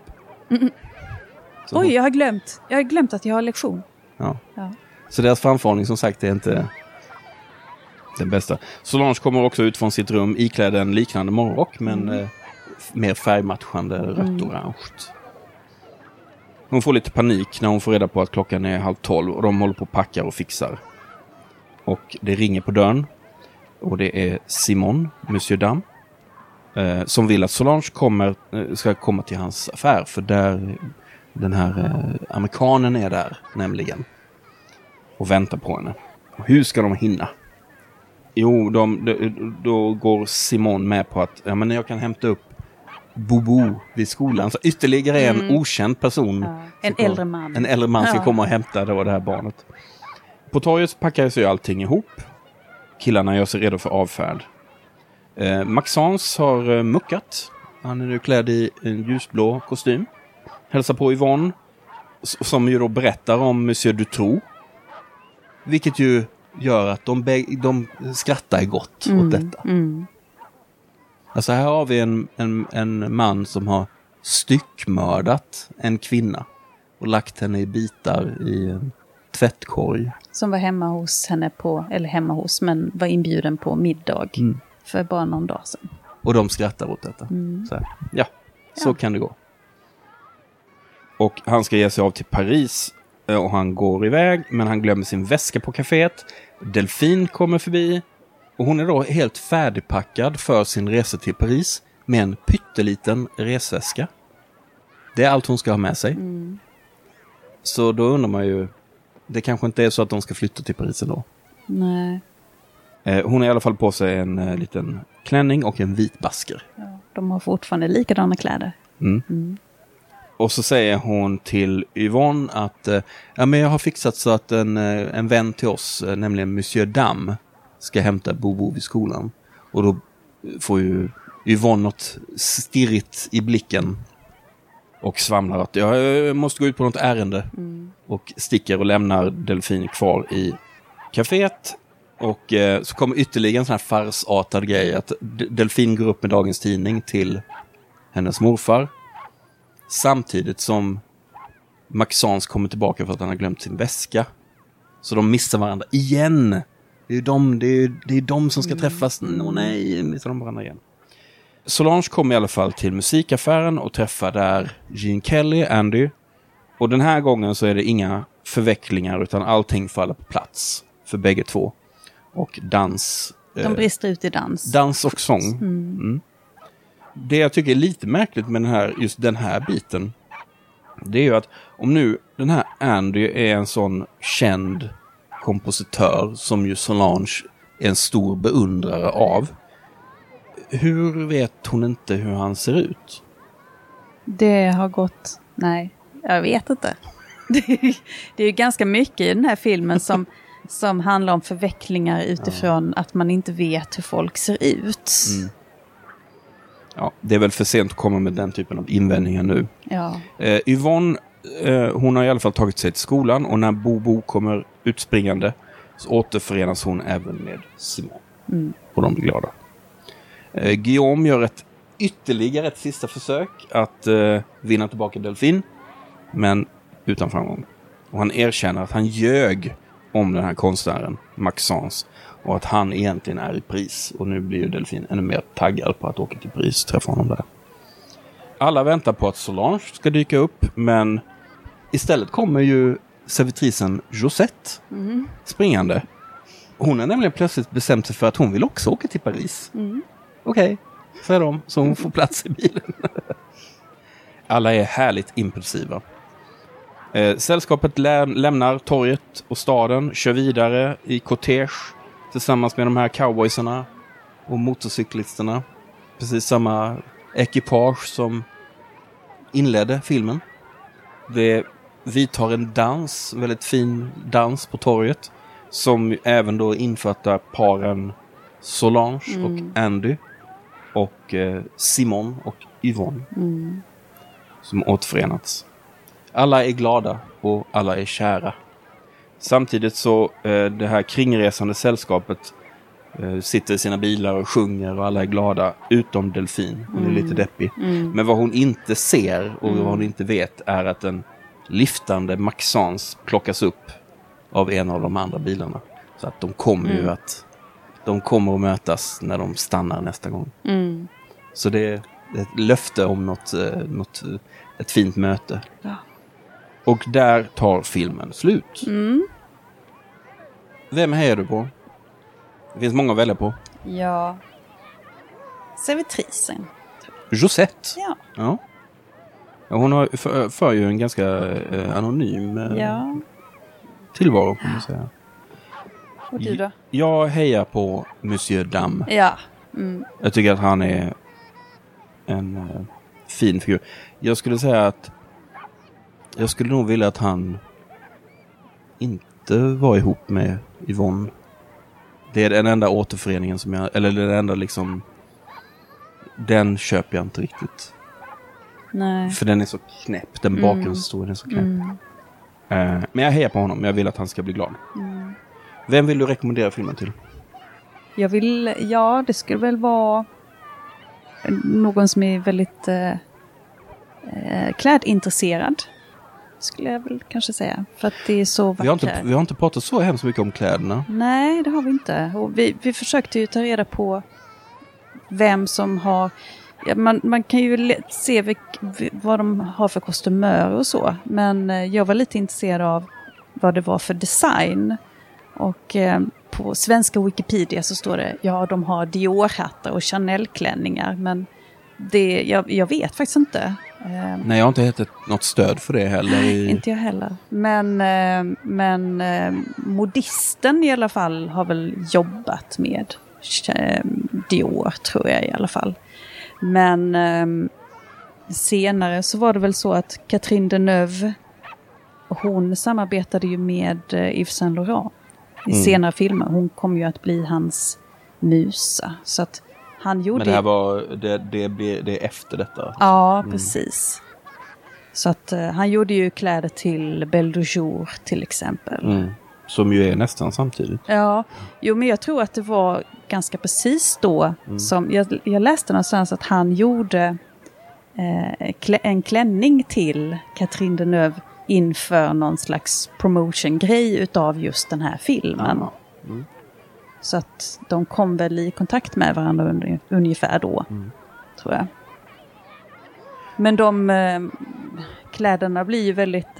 Oj, jag har glömt att jag har lektion.
Ja. Så deras framförhållning, som sagt, är inte den bästa. Solange kommer också ut från sitt rum iklädd en liknande morgonrock, men mer färgmatchande rött-orange. Hon får lite panik när hon får reda på att klockan är 11:30 och de håller på att packa och fixar. Och det ringer på dörren. Och det är Simon, Monsieur Dam, som vill att Solange ska komma till hans affär. För där den här amerikanen är där nämligen. Och väntar på henne. Och hur ska de hinna? Jo, då går Simon med på att men jag kan hämta upp Bobo vid skolan. Så ytterligare en okänd person.
Ja, en äldre man.
En äldre man ska komma och hämta det här barnet. På torget packar sig allting ihop. Killarna gör sig redo för avfärd. Maxence har muckat. Han är nu klädd i en ljusblå kostym. Hälsar på Yvonne, som ju då berättar om Monsieur Dutroux. Vilket ju gör att de skrattar gott åt detta. Alltså här har vi en man som har styckmördat en kvinna och lagt henne i bitar i en tvättkorg.
Som var hemma hos henne men var inbjuden på middag för bara någon dag sedan.
Och de skrattar åt detta. Så här, så kan det gå. Och han ska ge sig av till Paris och han går iväg, men han glömmer sin väska på kaféet. Delphine kommer förbi och hon är då helt färdigpackad för sin resa till Paris med en pytteliten resväska. Det är allt hon ska ha med sig. Så då undrar man ju, det kanske inte är så att de ska flytta till Paris ändå.
Nej.
Hon har i alla fall på sig en liten klänning och en vit basker.
Ja, de har fortfarande likadana kläder.
Och så säger hon till Yvonne att men jag har fixat så att en vän till oss, nämligen Monsieur Dam, ska hämta Bobo vid skolan. Och då får ju Yvonne något stirrigt i blicken och svamlar att jag måste gå ut på något ärende. Och sticker och lämnar Delphine kvar i kaféet. Och så kommer ytterligare en sån här farsartad grej att Delphine går upp med dagens tidning till hennes morfar. Samtidigt som Maxence kommer tillbaka för att han har glömt sin väska. Så de missar varandra igen. Det är de som ska träffas. Nej, missar de varandra igen. Solange kommer i alla fall till musikaffären och träffar där Gene Kelly, Andy. Och den här gången så är det inga förvecklingar utan allting faller på plats för bägge två. Och dans.
De brister ut i dans.
Dans och sång. Det jag tycker är lite märkligt med just den här biten, det är ju att om nu den här Andy är en sån känd kompositör som ju Solange är en stor beundrare av, hur vet hon inte hur han ser ut?
Det har gått... Nej, jag vet inte. Det är ju ganska mycket i den här filmen som handlar om förvecklingar utifrån att man inte vet hur folk ser ut.
Mm. Ja, det är väl för sent att komma med den typen av invändningar nu.
Ja.
Yvonne, hon har i alla fall tagit sig till skolan och när Bobo kommer utspringande så återförenas hon även med Simon.
Mm.
Och de blir glada. Guillaume gör ytterligare ett sista försök att vinna tillbaka Delphine, men utan framgång. Och han erkänner att han ljög om den här konstnären, Maxence, och att han egentligen är i Paris. Och nu blir ju Delphine ännu mer taggad på att åka till Paris och träffa honom där. Alla väntar på att Solange ska dyka upp, men istället kommer ju servitrisen Josette springande. Hon har nämligen plötsligt bestämt sig för att hon vill också åka till Paris. Okej, säger de, så hon får plats i bilen. Alla är härligt impulsiva. Sällskapet lämnar torget och staden, kör vidare i kortege tillsammans med de här cowboysarna och motorcyklisterna. Precis samma ekipage som inledde filmen. Vi tar en väldigt fin dans på torget, som även då infattar paren Solange och Andy och Simon och Yvonne som återförenats. Alla är glada och alla är kära. Samtidigt så det här kringresande sällskapet sitter i sina bilar och sjunger och alla är glada utom Delphine. Hon är lite deppig. Men vad hon inte ser och vad hon inte vet är att en liftande Maxence plockas upp av en av de andra bilarna. Så att de kommer ju att de mötas när de stannar nästa gång. Så det är ett löfte om ett fint möte.
Ja.
Och där tar filmen slut. Vem hejar du på? Det finns många att välja på.
Ja. Servitrisen.
Josette.
Ja.
Ja. Hon har för ju en ganska anonym tillvaro, kan man säga.
Och du då?
Jag hejar på Monsieur Dame.
Ja.
Jag tycker att han är en fin figur. Jag skulle säga att jag skulle nog vilja att han inte var ihop med Yvonne. Det är den enda återföreningen eller den enda liksom, den köper jag inte riktigt.
Nej.
För den är så knäpp, den bakgrundshistorien är så knäpp. Men jag hejar på honom, jag vill att han ska bli glad. Vem vill du rekommendera filmen till?
Det skulle väl vara någon som är väldigt klädintresserad. Skulle jag väl kanske säga. För att det är så vackert.
Vi har inte pratat så hemskt mycket om kläderna.
Nej, det har vi inte. Och vi försökte ju ta reda på vem som har... Ja, man kan ju se vad de har för kostymörer och så. Men jag var lite intresserad av vad det var för design. Och på svenska Wikipedia så står det, de har Dior-hattar och Chanel-klänningar. Men jag vet faktiskt inte.
Nej, jag har inte hittat något stöd för det heller.
Inte jag heller. Men modisten i alla fall har väl jobbat med Dior, tror jag i alla fall. Men senare så var det väl så att Catherine Deneuve, hon samarbetade ju med Yves Saint Laurent i senare filmer. Hon kom ju att bli hans musa. Så att han gjorde...
Men det här var det är efter detta?
Ja, precis. Så att han gjorde ju kläder till Belle du Jour till exempel.
Som ju är nästan samtidigt.
Ja, men jag tror att det var ganska precis då som jag läste någonstans att han gjorde en klänning till Catherine Deneuve inför någon slags promotion-grej utav just den här filmen. Så att de kom väl i kontakt med varandra ungefär då, tror jag. Men de kläderna blir ju väldigt...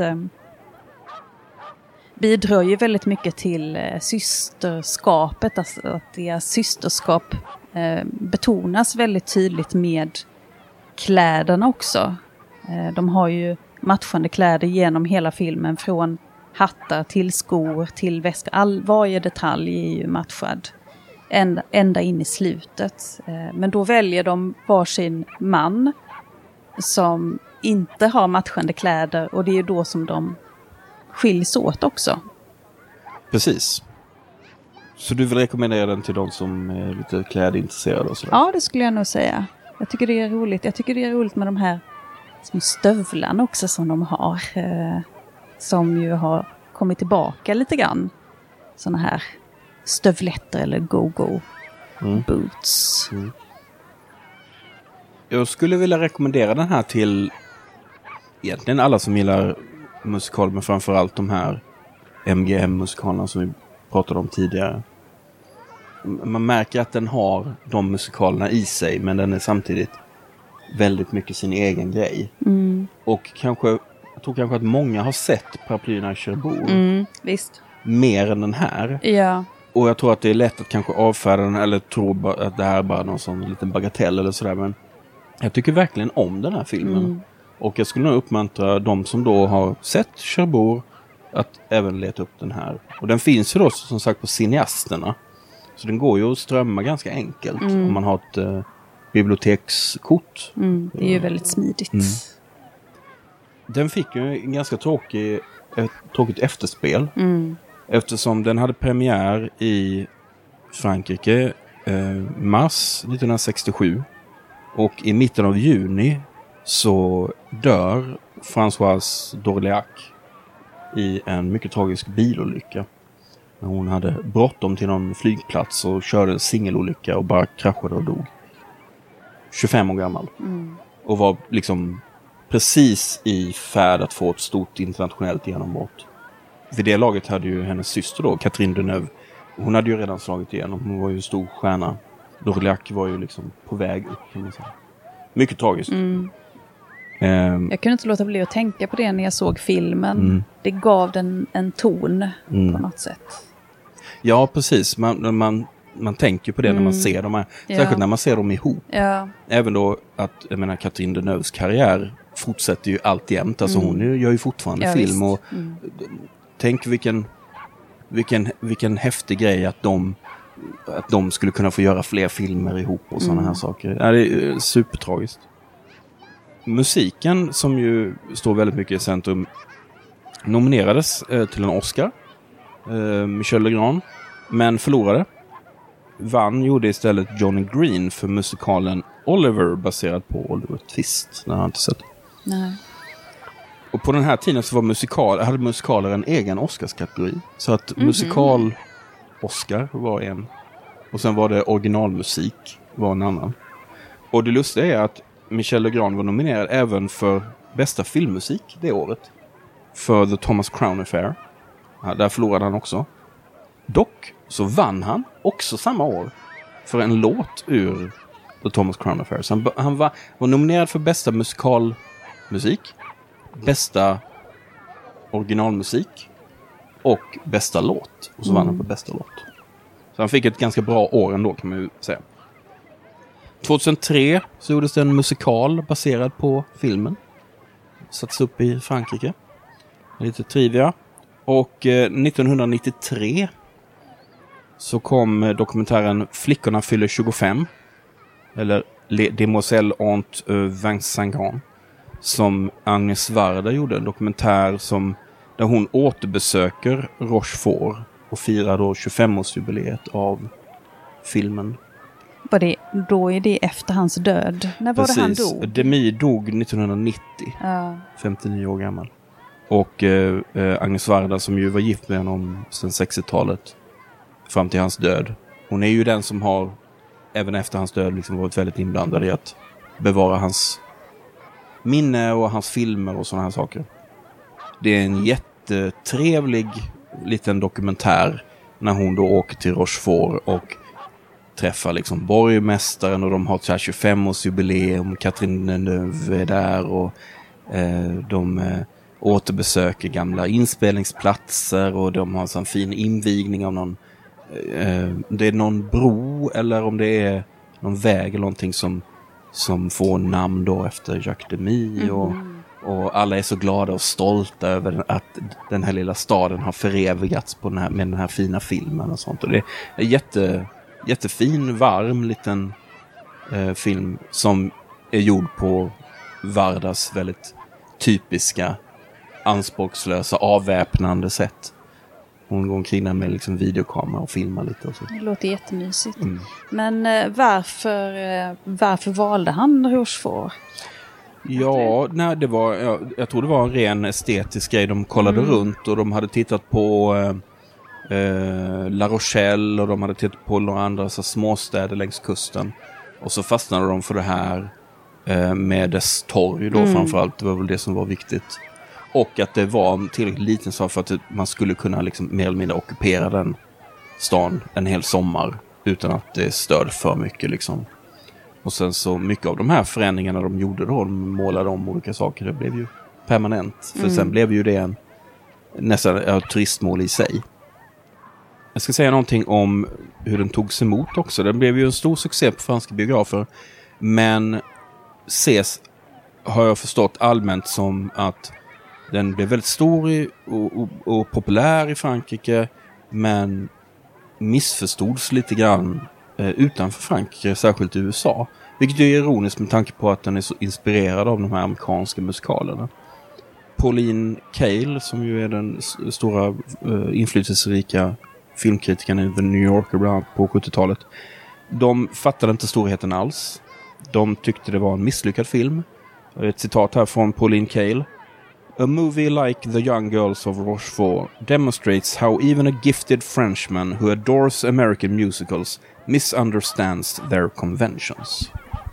bidrar ju väldigt mycket till systerskapet. Alltså att deras systerskap betonas väldigt tydligt med kläderna också. De har ju matchande kläder genom hela filmen. Från hattar till skor till väskor. Varje detalj är ju matchad. Ända in i slutet. Men då väljer de varsin man som inte har matchande kläder. Och det är ju då som de skiljs åt också.
Precis. Så du vill rekommendera den till de som är lite klädintresserade och sådär?
Ja, det skulle jag nog säga. Jag tycker det är roligt. Jag tycker det är roligt med de här små stövlarna också som de har. Som ju har kommit tillbaka lite grann. Såna här stövletter eller go-go boots.
Mm. Jag skulle vilja rekommendera den här till egentligen alla som gillar musikal, men framförallt de här MGM-musikalerna som vi pratade om tidigare. Man märker att den har de musikalerna i sig, men den är samtidigt väldigt mycket sin egen grej. Och jag tror kanske att många har sett Paraplyerna i Cherbourg.
Visst.
Mer än den här.
Ja.
Och jag tror att det är lätt att kanske avfärda den eller tro att det här är bara någon sån liten bagatell eller sådär. Men jag tycker verkligen om den här filmen. Och jag skulle nog uppmuntra de som då har sett Cherbourg att även leta upp den här. Och den finns ju då som sagt på Cineasterna. Så den går ju att strömma ganska enkelt om man har ett bibliotekskort.
Det är ju väldigt smidigt.
Den fick ju en ganska tråkigt efterspel. Eftersom den hade premiär i Frankrike mars 1967. Och i mitten av juni så dör Françoise d'Orléac i en mycket tragisk bilolycka. När hon hade bråttom till någon flygplats och körde singelolycka och bara kraschade och dog. 25 år gammal. Och var liksom precis i färd att få ett stort internationellt genombrott. Vid det laget hade ju hennes syster då, Catherine Deneuve. Hon hade ju redan slagit igenom. Hon var ju en stor stjärna. d'Orléac var ju liksom på väg upp, kan man säga. Mycket tragiskt.
Jag kunde inte låta bli att tänka på det när jag såg filmen. Det gav den en ton på något sätt.
Ja, precis. Man tänker på det när man ser dem här. Särskilt när man ser dem ihop.
Ja.
Även då att, jag menar, Catherine Deneuves karriär fortsätter ju alltjämt. Alltså hon gör ju fortfarande film. Och tänk vilken häftig grej att de skulle kunna få göra fler filmer ihop och sådana här saker. Ja, det är supertragiskt. Musiken, som ju står väldigt mycket i centrum, nominerades till en Oscar. Michel Legrand. Men förlorade. Gjorde istället Johnny Green för musikalen Oliver, baserad på Oliver Twist. Den har jag inte sett.
Nej.
Och på den här tiden så hade musikaler en egen Oscarskategori. Så att musikal-Oscar var en. Och sen var det originalmusik var en annan. Och det lustiga är att Michel Legrand var nominerad även för bästa filmmusik det året. För The Thomas Crown Affair. Ja, där förlorade han också. Dock så vann han också samma år för en låt ur The Thomas Crown Affair. Så han var nominerad för bästa musikalmusik, bästa originalmusik och bästa låt. Och så vann han för bästa låt. Så han fick ett ganska bra år ändå, kan man ju säga. 2003 så gjordes det en musikal baserad på filmen. Sattes upp i Frankrike. Lite trivia. Och 1993 så kom dokumentären Flickorna fyller 25. Eller Les Demoiselles ont 25 ans. Som Agnes Varda gjorde. En dokumentär där hon återbesöker Rochefort och firar då 25-årsjubileet av filmen.
Då är det efter hans död. När var det han dog?
Demi dog 1990. 59 år gammal. Och Agnes Varda, som ju var gift med honom sedan 60-talet fram till hans död. Hon är ju den som har, även efter hans död, liksom varit väldigt inblandad i att bevara hans minne och hans filmer och sådana här saker. Det är en jättetrevlig liten dokumentär när hon då åker till Rochefort och träffar liksom borgmästaren, och de har ett 25-årsjubileum. Catherine Deneuve är där och de återbesöker gamla inspelningsplatser, och de har en fin invigning av någon det är någon bro eller om det är någon väg eller någonting som får namn då efter Jacques Demy och alla är så glada och stolta över att den här lilla staden har förevigats med den här fina filmen och sånt, och det är jättefin, varm liten film som är gjord på Vardas väldigt typiska anspråkslösa avväpnande sätt. Hon går omkring där med liksom videokamera och filmar lite och så.
Det låter jättemysigt. Men varför valde han Rochefort?
Ja, nej, det var, jag tror det var en ren estetisk grej. De kollade runt och de hade tittat på La Rochelle och de hade tittat på några andra så småstäder längs kusten. Och så fastnade de för det här med dess torg då framförallt. Det var väl det som var viktigt. Och att det var en tillräckligt liten stad för att man skulle kunna liksom mer eller mindre ockupera den stan en hel sommar utan att det störde för mycket liksom. Och sen så mycket av de här förändringarna de gjorde då, de målade om olika saker, det blev ju permanent. För sen blev ju det nästan turistmål i sig. Jag ska säga någonting om hur den togs emot också. Den blev ju en stor succé på franska biografer. Men ses, har jag förstått allmänt som att den blev väldigt stor och populär i Frankrike. Men missförstods lite grann utanför Frankrike, särskilt i USA. Vilket är ironiskt med tanke på att den är så inspirerad av de här amerikanska musikalerna. Pauline Kael, som ju är den stora inflytelserika filmkritikerna i The New Yorker bland annat på 70-talet. De fattade inte storheten alls. De tyckte det var en misslyckad film. Ett citat här från Pauline Kael. A movie like The Young Girls of Rochefort demonstrates how even a gifted Frenchman who adores American musicals misunderstands their conventions.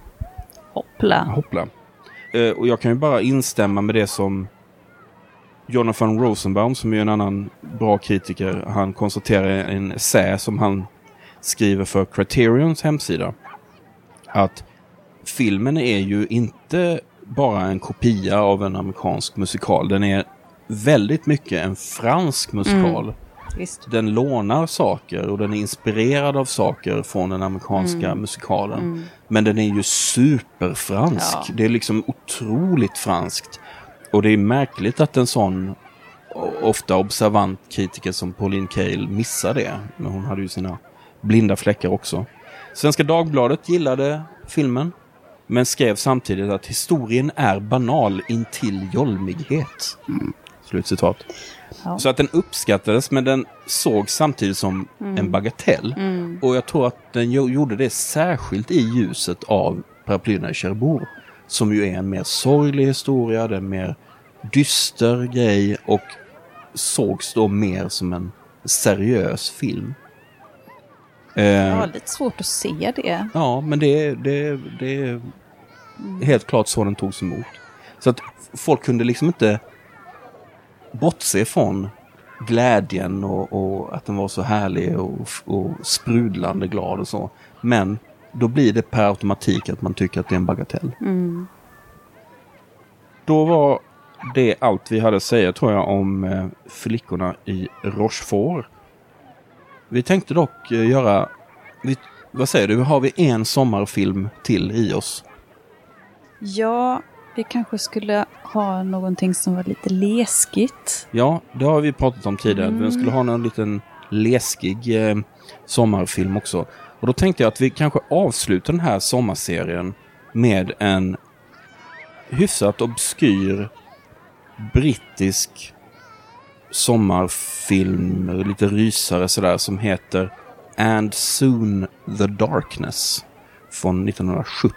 Hoppla. Och jag kan ju bara instämma med det som Jonathan Rosenbaum, som är en annan bra kritiker, han konstaterar i en essä som han skriver för Criterions hemsida. Att filmen är ju inte bara en kopia av en amerikansk musikal. Den är väldigt mycket en fransk musikal.
Visst.
Den lånar saker och den är inspirerad av saker från den amerikanska musikalen. Men den är ju superfransk. Ja. Det är liksom otroligt franskt. Och det är märkligt att en sån ofta observant kritiker som Pauline Kael missar det. Men hon hade ju sina blinda fläckar också. Svenska Dagbladet gillade filmen, men skrev samtidigt att historien är banal intill jolmighet. Slutcitat. Ja. Så att den uppskattades, men den såg samtidigt som en bagatell. Och jag tror att den gjorde det särskilt i ljuset av Paraplyerna i Cherbourg, som ju är en mer sorglig historia, det är en mer dyster grej och sågs då mer som en seriös film.
Ja, lite svårt att se det.
Ja, men det är helt klart så den togs emot. Så att folk kunde liksom inte bortse från glädjen och att den var så härlig och sprudlande glad och så. Men då blir det per automatik att man tycker att det är en bagatell. Då var det allt vi hade att säga, tror jag, om Flickorna i Rochefort. Vi tänkte dock göra... vad säger du? Har vi en sommarfilm till i oss?
Ja, vi kanske skulle ha någonting som var lite läskigt.
Ja, det har vi pratat om tidigare. Vi skulle ha någon liten läskig sommarfilm också. Och då tänkte jag att vi kanske avslutar den här sommarserien med en hyfsat obskyr brittisk sommarfilm, lite rysare sådär, som heter And Soon the Darkness från 1970.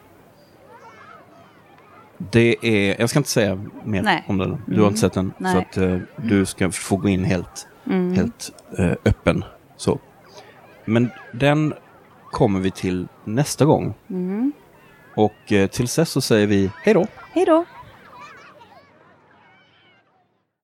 Det är, jag ska inte säga mer om den. Du har inte sett den. Så att du ska få gå in helt öppen. Så. Men den kommer vi till nästa gång. Och tills dess så säger vi hej då.
Hej då.